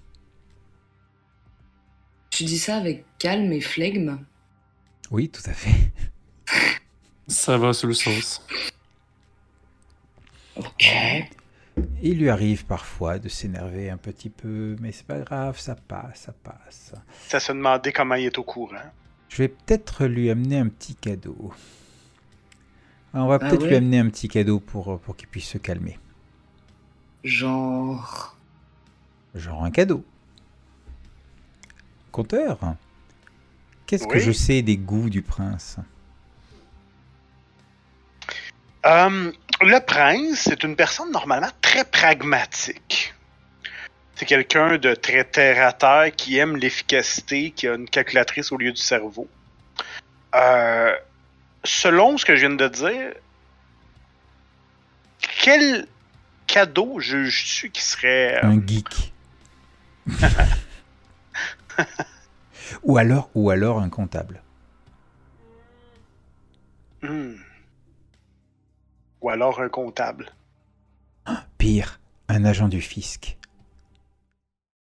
Speaker 4: Tu dis ça avec calme et flegme?
Speaker 1: Oui, tout à fait.
Speaker 2: Ça va sous le sens.
Speaker 4: Ok.
Speaker 1: Il lui arrive parfois de s'énerver un petit peu, mais c'est pas grave, ça passe.
Speaker 3: Ça se demandait comment il est au courant.
Speaker 1: Je vais peut-être lui amener un petit cadeau. On va peut-être
Speaker 4: ouais?
Speaker 1: lui amener un petit cadeau pour qu'il puisse se calmer.
Speaker 4: Genre
Speaker 1: un cadeau. Conteur, qu'est-ce que
Speaker 3: Oui.
Speaker 1: je sais des goûts du prince?
Speaker 3: Le prince, c'est une personne normalement très pragmatique. C'est quelqu'un de très terre-à-terre qui aime l'efficacité, qui a une calculatrice au lieu du cerveau. Selon ce que je viens de dire, quel cadeau juges-tu qui serait...
Speaker 1: Un geek. ou alors un comptable.
Speaker 3: Ou alors un comptable.
Speaker 1: Pire, un agent du fisc.